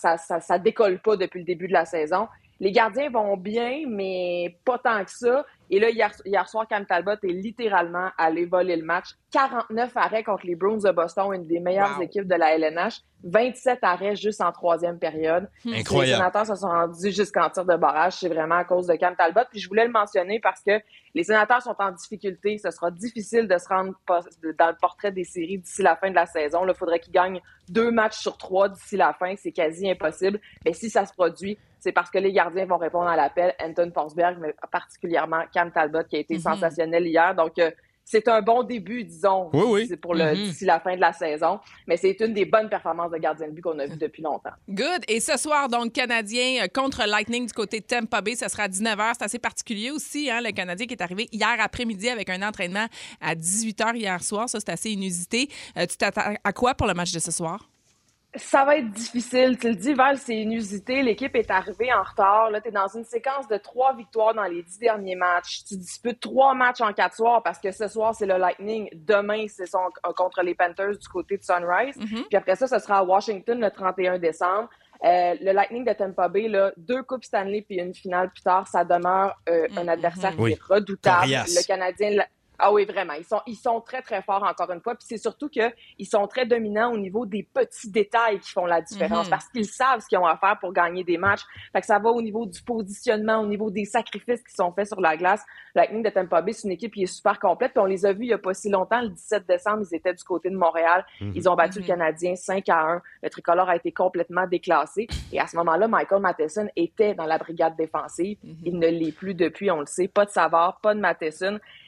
ça décolle pas depuis le début de la saison. Les gardiens vont bien, mais pas tant que ça. Et là, hier soir, Cam Talbot est littéralement allé voler le match. 49 arrêts contre les Bruins de Boston, une des meilleures équipes de la LNH. 27 arrêts juste en troisième période. Incroyable. Les Sénateurs se sont rendus jusqu'en tir de barrage. C'est vraiment à cause de Cam Talbot. Puis je voulais le mentionner parce que les Sénateurs sont en difficulté. Ce sera difficile de se rendre dans le portrait des séries d'ici la fin de la saison. Il faudrait qu'ils gagnent 2 matchs sur 3 d'ici la fin. C'est quasi impossible. Mais si ça se produit, c'est parce que les gardiens vont répondre à l'appel. Anton Forsberg, mais particulièrement Cam Talbot, qui a été sensationnel hier. Donc, c'est un bon début, disons, c'est pour d'ici la fin de la saison. Mais c'est une des bonnes performances de gardien de but qu'on a vu depuis longtemps. Good. Et ce soir, donc, Canadien contre Lightning du côté de Tampa Bay. Ça sera à 19h. C'est assez particulier aussi, hein, le Canadien qui est arrivé hier après-midi avec un entraînement à 18h hier soir. Ça, c'est assez inusité. Tu t'attends à quoi pour le match de ce soir? Ça va être difficile. Tu le dis, Val, c'est inusité. L'équipe est arrivée en retard. Là, tu es dans une séquence de 3 victoires dans les 10 derniers matchs. Tu disputes 3 matchs en 4 soirs parce que ce soir, c'est le Lightning. Demain, c'est contre les Panthers du côté de Sunrise. Puis après ça, ce sera à Washington le 31 décembre. Le Lightning de Tampa Bay, là, 2 Coupes Stanley puis une finale plus tard, ça demeure un adversaire qui est redoutable. Le Canadien... Ah oui, vraiment. Ils sont très, très forts, encore une fois. Puis c'est surtout qu'ils sont très dominants au niveau des petits détails qui font la différence parce qu'ils savent ce qu'ils ont à faire pour gagner des matchs. Fait que ça va au niveau du positionnement, au niveau des sacrifices qui sont faits sur la glace. Le Lightning de Tampa Bay, c'est une équipe qui est super complète. Puis on les a vus il n'y a pas si longtemps. Le 17 décembre, ils étaient du côté de Montréal. Ils ont battu le Canadien 5-1. Le tricolore a été complètement déclassé. Et à ce moment-là, Michael Matheson était dans la brigade défensive. Il ne l'est plus depuis, on le sait. Pas de Savard, pas de Matheson.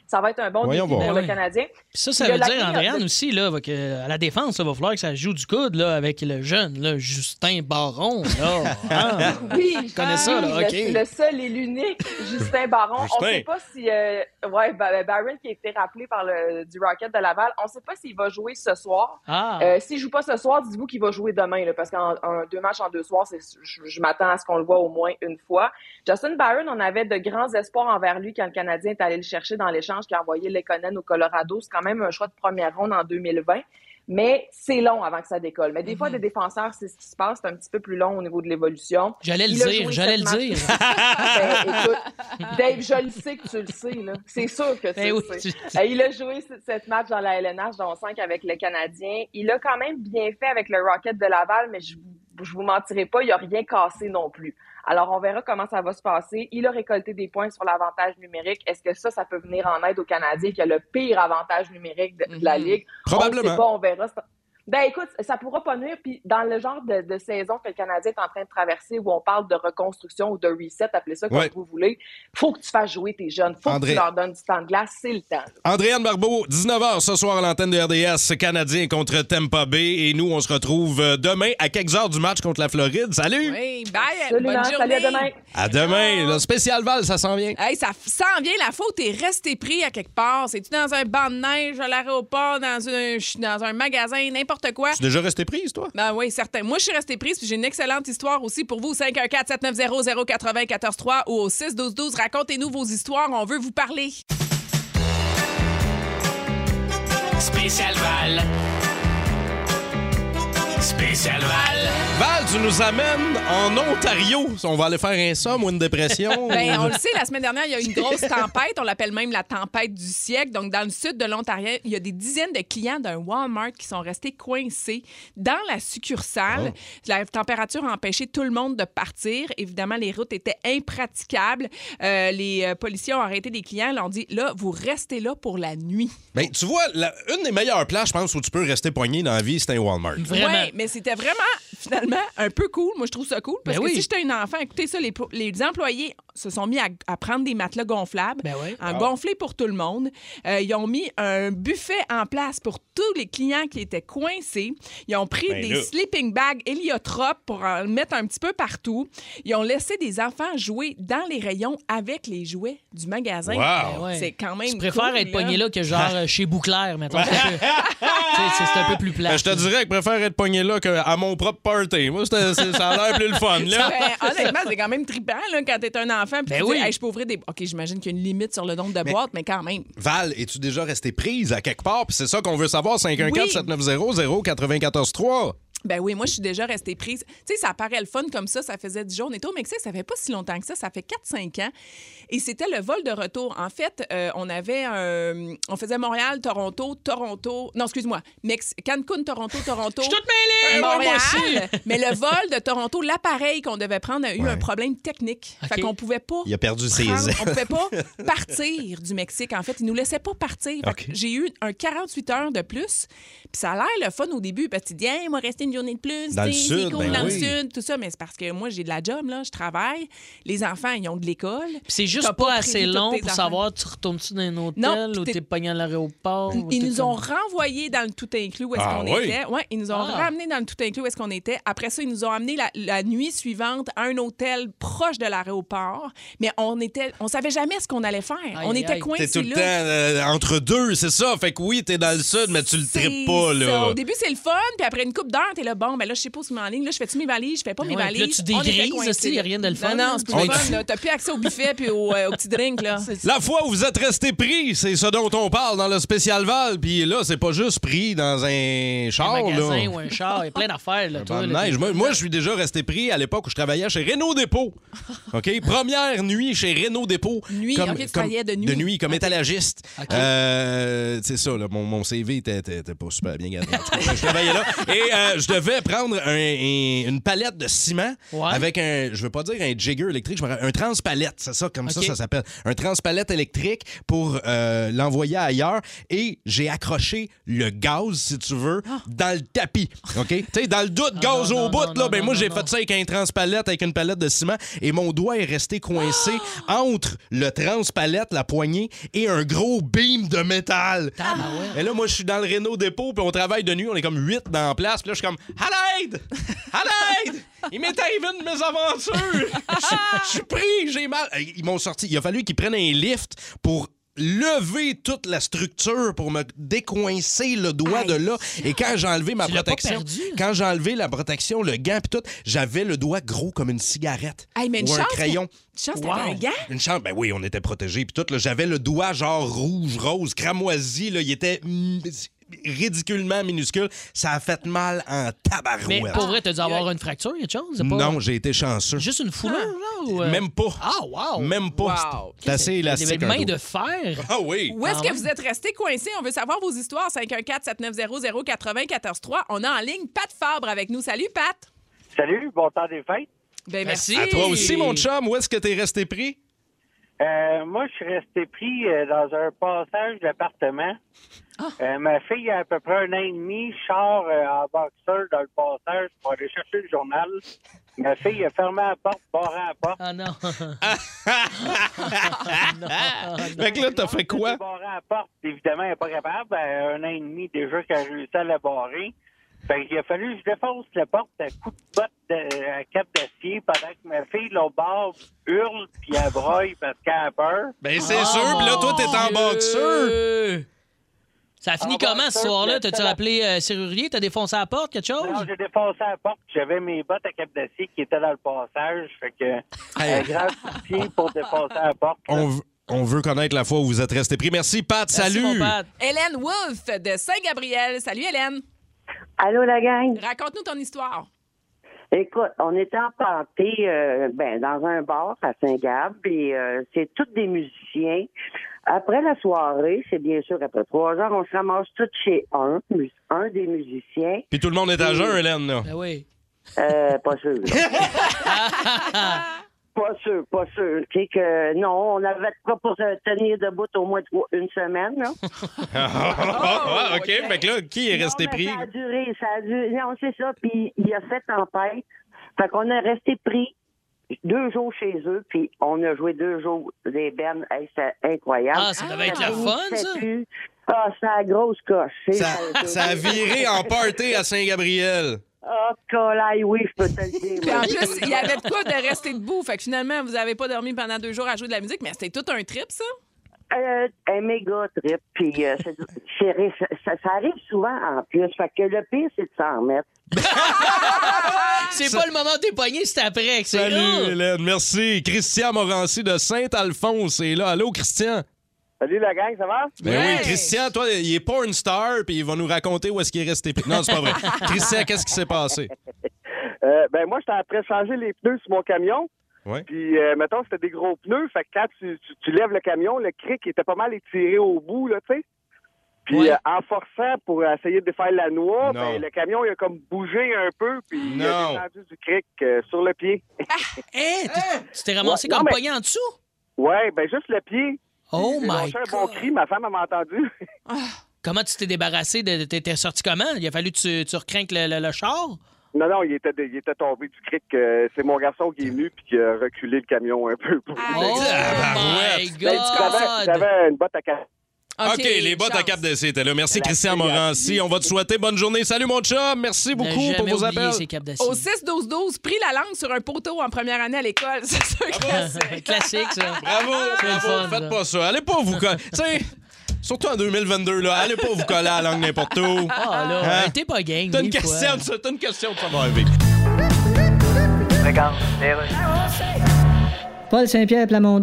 Ça va être un bon défi pour le Canadien. Puis ça veut dire, Andréane, aussi, là, à la défense, il va falloir que ça joue du coude là, avec le jeune, là, Justin Barron. Là. Ah, oui, je connais ça. Là, okay. Le seul et l'unique Justin Barron. On ne sait pas si... Barron qui a été rappelé du Rocket de Laval, on ne sait pas s'il va jouer ce soir. S'il ne joue pas ce soir, dites-vous qu'il va jouer demain, là, parce qu'en 2 matchs en 2 soirs, je m'attends à ce qu'on le voit au moins une fois. Justin Barron, on avait de grands espoirs envers lui quand le Canadien est allé le chercher dans l'échange qui a envoyé Lekonen au Colorado. C'est quand même un choix de première ronde en 2020. Mais c'est long avant que ça décolle. Mais des fois, des défenseurs, c'est ce qui se passe. C'est un petit peu plus long au niveau de l'évolution. J'allais le dire. Écoute, Dave, je le sais que tu le sais. Là. C'est sûr que tu le sais. Il a joué 7 matchs dans la LNH, dont 5 avec le Canadien. Il a quand même bien fait avec le Rocket de Laval, mais je vous mentirai pas, il n'a rien cassé non plus. Alors, on verra comment ça va se passer. Il a récolté des points sur l'avantage numérique. Est-ce que ça peut venir en aide au Canadien qui a le pire avantage numérique de la Ligue? Probablement. On ne sait pas, on verra. Ben écoute, ça pourra pas nuire. Puis dans le genre de saison que le Canadien est en train de traverser, où on parle de reconstruction ou de reset, appelez ça comme vous voulez, faut que tu fasses jouer tes jeunes. Faut que tu leur donnes du temps de glace. C'est le temps. Andréane Barbeau, 19h ce soir à l'antenne de RDS, Canadien contre Tampa Bay. Et nous, on se retrouve demain à quelques heures du match contre la Floride. Salut! Oui, bye! Absolument. Bonne journée! Salut, à demain! À demain! Le spécial Val, ça s'en vient. Hey, ça s'en vient. La faute est restée pris à quelque part. C'est-tu dans un banc de neige, à l'aéroport, dans un magasin, n'importe quoi? Tu es déjà resté prise, toi? Ben oui, certain. Moi, je suis restée prise, puis j'ai une excellente histoire aussi pour vous. 514-790-0943 ou au 612-12. Racontez-nous vos histoires. On veut vous parler. Spécial Val. Spécial Val. Val, tu nous amènes en Ontario. On va aller faire un somme ou une dépression. Ben, on le sait, la semaine dernière, il y a eu une grosse tempête. On l'appelle même la tempête du siècle. Donc, dans le sud de l'Ontario, il y a des dizaines de clients d'un Walmart qui sont restés coincés dans la succursale. La température a empêché tout le monde de partir. Évidemment, les routes étaient impraticables. Les policiers ont arrêté des clients. Ils leur ont dit, là, vous restez là pour la nuit. Ben, tu vois, une des meilleures places, je pense, où tu peux rester poigné dans la vie, c'est un Walmart. Oui, mais c'était vraiment, finalement, un peu cool. Moi, je trouve ça cool. Parce que si j'étais un enfant, écoutez ça, les employés se sont mis à prendre des matelas gonflables, gonfler pour tout le monde. Ils ont mis un buffet en place pour tous les clients qui étaient coincés. Ils ont pris des sleeping bags héliotropes pour en mettre un petit peu partout. Ils ont laissé des enfants jouer dans les rayons avec les jouets du magasin. Wow. C'est quand même Je préfère être pogné là que genre chez Bouclair, mettons. C'est un peu plus plat. Je te dirais que je préfère être pogné là qu'à mon propre party. Moi, ça a l'air plus le fun. Là. Honnêtement, c'est quand même trippant là, quand t'es un enfant puis tu dis, hey, je peux ouvrir des... OK, j'imagine qu'il y a une limite sur le nombre de boîtes, mais quand même. Val, es-tu déjà resté prise à quelque part? Puis c'est ça qu'on veut savoir, 514-790-0943. Ben oui, moi, je suis déjà restée prise. Tu sais, ça paraît le fun comme ça. Ça faisait 10 jours. On était au Mexique, ça fait pas si longtemps que ça. Ça fait 4-5 ans. Et c'était le vol de retour. En fait, on faisait Montréal, Toronto. Non, excuse-moi. Cancun, Toronto. Je suis toute mêlée! Montréal. Mais le vol de Toronto, l'appareil qu'on devait prendre a eu un problème technique. Okay. Fait qu'on pouvait pas... Il a perdu ses ailes. On pouvait pas partir du Mexique. En fait, ils nous laissaient pas partir. Okay. J'ai eu un 48 heures de plus. Puis ça a l'air le fun au début. Parce que tu dis, hey, moi, rester une journée de plus, dans le sud, cool, dans le sud, tout ça, mais c'est parce que moi, j'ai de la job, là, je travaille. Les enfants, ils ont de l'école. Puis c'est juste pas assez long pour savoir, tu retournes-tu dans un hôtel ou t'es pogné à l'aéroport? Ils nous ont renvoyés dans le tout inclus où est-ce qu'on était. Oui, ils nous ont ramenés dans le tout inclus où est-ce qu'on était. Après ça, ils nous ont amenés la nuit suivante à un hôtel proche de l'aéroport. Mais on savait jamais ce qu'on allait faire. On était coincés là. T'es tout le temps entre deux, c'est ça. Fait que oui, t'es dans le sud, mais tu le tripes pas, là. Ça. Au début, c'est le fun, puis après une couple d'heures, t'es là, bon, ben là, je sais pas où je m'enligne. Là, je fais-tu mes valises? Je fais pas mes valises. Là, tu dégrises aussi, il n'y a rien de le fun. Non, c'est pas le fun. T'as plus accès au buffet puis au petit drink, là. La fois où vous êtes resté pris, c'est ce dont on parle dans le spécial Val. Puis là, c'est pas juste pris dans un char, un magasin là. ou un char. Il y a plein d'affaires, là. Toi, moi, je suis déjà resté pris à l'époque où je travaillais chez Renault Dépôt. OK? Première nuit chez Renault Dépôt. Nuit, tu travaillais de nuit. De nuit, comme étalagiste. C'est ça, là. Mon CV était pas super bien gardé. En tout cas, je travaillais là. Et je devais prendre une palette de ciment avec je veux pas dire un jigger électrique, un transpalette, c'est ça, comme ça s'appelle. Un transpalette électrique pour l'envoyer ailleurs. Et j'ai accroché le gaz, si tu veux, dans le tapis. OK? Tu sais, dans le doute, gaz au bout, là, ben moi, j'ai fait ça avec un transpalette, avec une palette de ciment, et mon doigt est resté coincé entre le transpalette, la poignée, et un gros beam de métal. Et là, moi, je suis dans le Renault dépôt, puis on travaille de nuit, on est comme 8 dans la place, puis là, je suis comme « À l'aide! À l'aide! Il m'est arrivé une mésaventure! Je suis pris, j'ai mal! » Ils m'ont sorti. Il a fallu qu'ils prennent un lift pour lever toute la structure pour me décoincer le doigt de là. Et quand j'ai enlevé ma protection, la protection, le gant puis tout, j'avais le doigt gros comme une cigarette ou un crayon. Une chance, t'avais un gant? Une chance, ben oui, on était protégés puis tout. Là, j'avais le doigt genre rouge, rose, cramoisi. Là, il était ridiculement minuscule. Ça a fait mal en tabarouette. Mais pour vrai, t'as dû avoir une fracture, quelque chose? Pas... Non, j'ai été chanceux. Juste une foulure, là? Ou... Même pas. Ah, wow! Même pas. Wow. C'est assez élastique. Des mains de fer? Ah oui! Où est-ce que vous êtes restés coincés? On veut savoir vos histoires. 514-7900-943. On a en ligne Pat Fabre avec nous. Salut, Pat! Salut, bon temps des fêtes. Ben, merci. À toi aussi, mon chum. Où est-ce que t'es resté pris? Moi, je suis resté pris dans un passage d'appartement. Ma fille a à peu près 1 an et demi, char en boxeur dans le passage pour aller chercher le journal. Ma fille a fermé la porte, barré la porte. Ah non! Fait que là, t'as fait quoi? Barré la porte, évidemment, elle n'est pas capable. 1 an et demi déjà qu'elle a réussi à la barrer. Fait qu'il a fallu que je défonce la porte à coups de botte à cap d'acier pendant que ma fille, l'autre bord, hurle puis elle broille parce qu'elle a peur. Ben c'est sûr, puis là, toi, t'es en boxeur. Ça a fini comment, ce soir-là? T'as-tu appelé serrurier? T'as défoncé la porte, quelque chose? Non, j'ai défoncé la porte. J'avais mes bottes à cap d'acier qui étaient dans le passage. Fait que un grand soutien pour défoncer la porte. On veut connaître la fois où vous êtes resté pris. Merci, Pat. Salut! Merci, mon Pat. Hélène Wolfe de Saint-Gabriel. Salut, Hélène. Allô, la gang? Raconte-nous ton histoire. Écoute, on était en party dans un bar à Saint-Gab et c'est tous des musiciens. Après la soirée, c'est bien sûr après 3 heures, on se ramasse tous chez un des musiciens. Puis tout le monde est à jeun, Hélène, là? Ben oui. Pas sûr. Pas sûr. Tu sais que non, on avait pas pour se tenir debout au moins 1 semaine, là. OK. Fait que là, qui est resté pris? Ça a duré. Non, c'est ça. Puis il a fait tempête. Fait qu'on est resté pris 2 jours chez eux, puis on a joué 2 jours des bennes. Hey, c'est incroyable. Ah, ça devait être la fun, ça? Ah, c'est la grosse coche. Ça a viré en party à Saint-Gabriel. Ah, colaille, oui, je peux te le dire. Puis en plus, il y avait de quoi de rester debout. Fait que finalement, vous n'avez pas dormi pendant 2 jours à jouer de la musique, mais c'était tout un trip, ça? Un méga trip. Puis ça arrive souvent en plus. Fait que le pire, c'est de s'en remettre. C'est pas le moment de t'es pogné, c'est après. Salut, Hélène. Merci. Christian Morancy de Saint-Alphonse est là. Allô, Christian? Salut la gang, ça va? Ben oui, Christian, toi, il est pas une star, puis il va nous raconter où est-ce qu'il est resté. Non, c'est pas vrai. Christian, qu'est-ce qui s'est passé? Moi, j'étais après de changer les pneus sur mon camion. Ouais. Puis, mettons, c'était des gros pneus. Fait que quand tu lèves le camion, le cric était pas mal étiré au bout, là, tu sais. Puis, en forçant pour essayer de défaire la noix, le camion, il a comme bougé un peu, puis il a descendu du cric sur le pied. Tu t'es ramassé comme pogné en dessous? Ouais, ben juste le pied. Oh my God! J'ai lâché un bon cri, ma femme m'a entendu. Comment tu t'es débarrassé? T'es sorti comment? Il a fallu que tu recrinques le char? Non, il était tombé du cric. C'est mon garçon qui est venu puis qui a reculé le camion un peu. Oh my God! J'avais une botte à cap. OK, les bottes à cap d'essai étaient là. Merci, Christian Morancy. On va te souhaiter bonne journée. Salut, mon chum. Merci beaucoup pour vos appels. Au 6-12-12, pris la langue sur un poteau en première année à l'école. C'est sûr que c'est classique, ça. Bravo. Faites pas ça. Allez pas vous coller. Tu sais, surtout en 2022, là, allez pas vous coller à la langue n'importe où. Ah, là, t'es pas gang. T'as une question de ça. T'as une question de ça. Regarde, Paul Saint-Pierre Plamondon?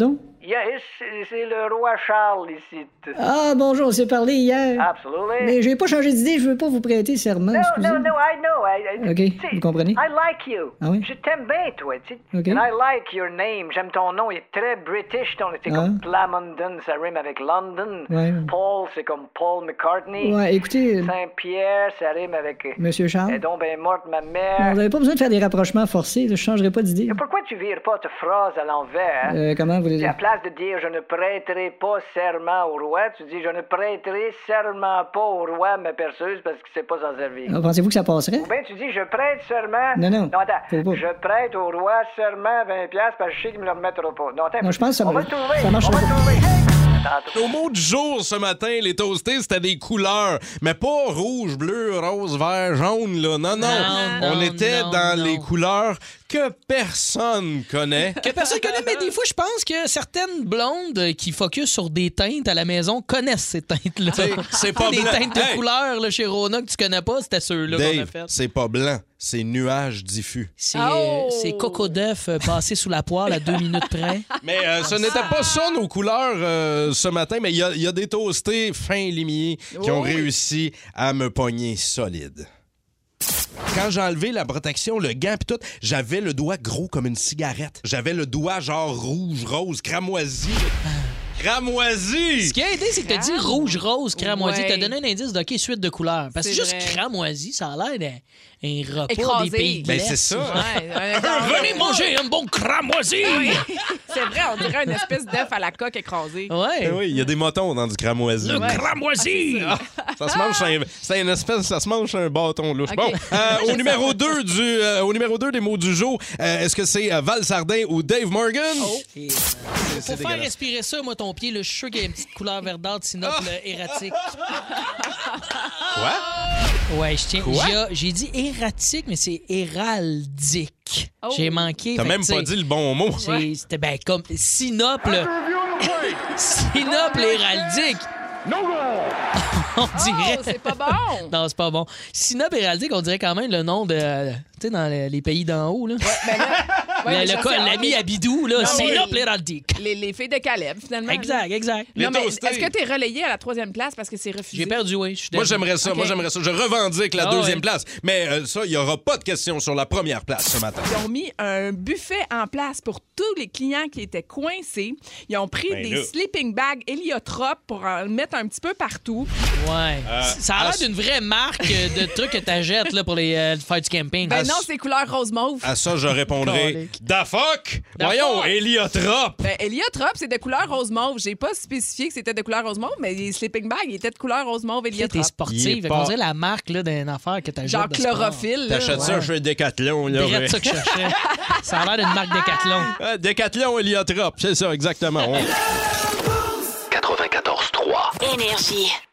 Yes, c'est le roi Charles ici. Ah, bonjour, on s'est parlé hier. Absolutely. Mais j'ai pas changé d'idée, je veux pas vous prêter serment, excusez. No, I know. OK, vous comprenez? I like you. Ah oui? Je t'aime bien, toi, tu sais. OK. And I like your name. J'aime ton nom, il est très british. C'est comme Plamondon, ça rime avec London. Ouais. Paul, c'est comme Paul McCartney. Ouais, écoutez... Saint-Pierre, ça rime avec... Monsieur Charles? Et donc, ben morte ma mère. Non, vous n'avez pas besoin de faire des rapprochements forcés, là, je changerai pas d'idée. Et pourquoi tu vires pas ta phrase à l'envers? Comment vous voulez dire? À la place de dire « je ne prêterai pas serment au roi », tu dis « je ne prêterai serment pas au roi ma perceuse parce qu'il ne sait pas s'en servir ». Pensez-vous que ça passerait? Ou bien tu dis « je prête serment ». Non, attends. faut pas. Je prête au roi serment 20$ parce que je sais qu'il me le remettra pas. Non, attends. Non, je pense que ça va marche. le trouver. Ça marche On va pas. le trouver. Au mot du jour ce matin, les toastés, c'était des couleurs. Mais pas rouge, bleu, rose, vert, jaune, là. Non. On était dans les couleurs que personne connaît. Que personne connaît, mais des fois, je pense que certaines blondes qui focusent sur des teintes à la maison connaissent ces teintes-là. C'est pas des blanc. teintes de couleurs là, chez Rona que tu connais pas, c'était ceux-là qu'on a Dave, fait. c'est pas blanc, c'est nuage diffus. C'est coco d'œuf passé sous la poêle à 2 minutes près. Mais ce n'était pas ça nos couleurs ce matin, mais il y a des toastés fins limiers qui ont réussi à me pogner solide. Quand j'ai enlevé la protection, le gant pis tout, j'avais le doigt gros comme une cigarette. J'avais le doigt genre rouge, rose, cramoisi. Cramoisi! Ce qui a aidé, c'est que t'as dit rouge, rose, cramoisi. Ouais. T'as donné un indice de suite de couleurs. Parce que C'est juste vrai. cramoisi, ça a l'air d'un repas Écrasé. des pays de Ben, l'Est. c'est ça. Venez manger un bon cramoisi! C'est vrai, on dirait une espèce d'œuf à la coque écrasée. Ouais. Oui, il y a des motons dans du cramoisi. Le cramoisi! Ça se mange, c'est une espèce, ça se mange un bâton louche. OK. Bon, au numéro 2 des mots du jour, est-ce que c'est Val Sardin ou Dave Morgan? Et, pour faire respirer ça, moi, ton pied, là, je suis sûr qu'il y a une petite couleur verdâtre, sinople erratique. Quoi? Ouais, je tiens. Quoi? J'ai dit erratique, mais c'est héraldique. Oh. J'ai manqué. T'as fait même que, pas tu sais, dit le bon mot. C'était ben comme sinople. Sinople héraldique. On dirait. Oh, c'est pas bon! Non, c'est pas bon. Sinople héraldique, on dirait quand même le nom de. Tu sais, dans les pays d'en haut, là. L'ami Abidou, là. Sinople héraldique. Les filles de Caleb, finalement. Exact. Non, mais est-ce que t'es relayé à la 3e place parce que c'est refusé? J'ai perdu, oui. Moi, j'aimerais ça. OK. Je revendique la 2e place. Mais ça, il n'y aura pas de question sur la première place ce matin. Ils ont mis un buffet en place pour tous les clients qui étaient coincés. Ils ont pris des sleeping bags héliotropes pour en mettre un petit peu partout. Ouais. Ça a l'air d'une vraie marque de trucs que t'achètes là, pour les faire du camping. Ben non, c'est couleur rose mauve. À ça, je répondrai Da fuck! Voyons, héliotrope! Ben, héliotrope, c'est de couleur rose mauve. J'ai pas spécifié que c'était de couleur rose mauve, mais les sleeping bags, ils étaient de couleur rose mauve T'es héliotrope. sportive. On dirait la marque là, d'une affaire que t'achètes. Genre de sport. chlorophylle. là. T'achètes ça chez Decathlon. Là, C'est ça que je cherchais. Ça a l'air d'une marque Decathlon. Decathlon héliotrope, c'est ça, exactement. 94.3. Énergie.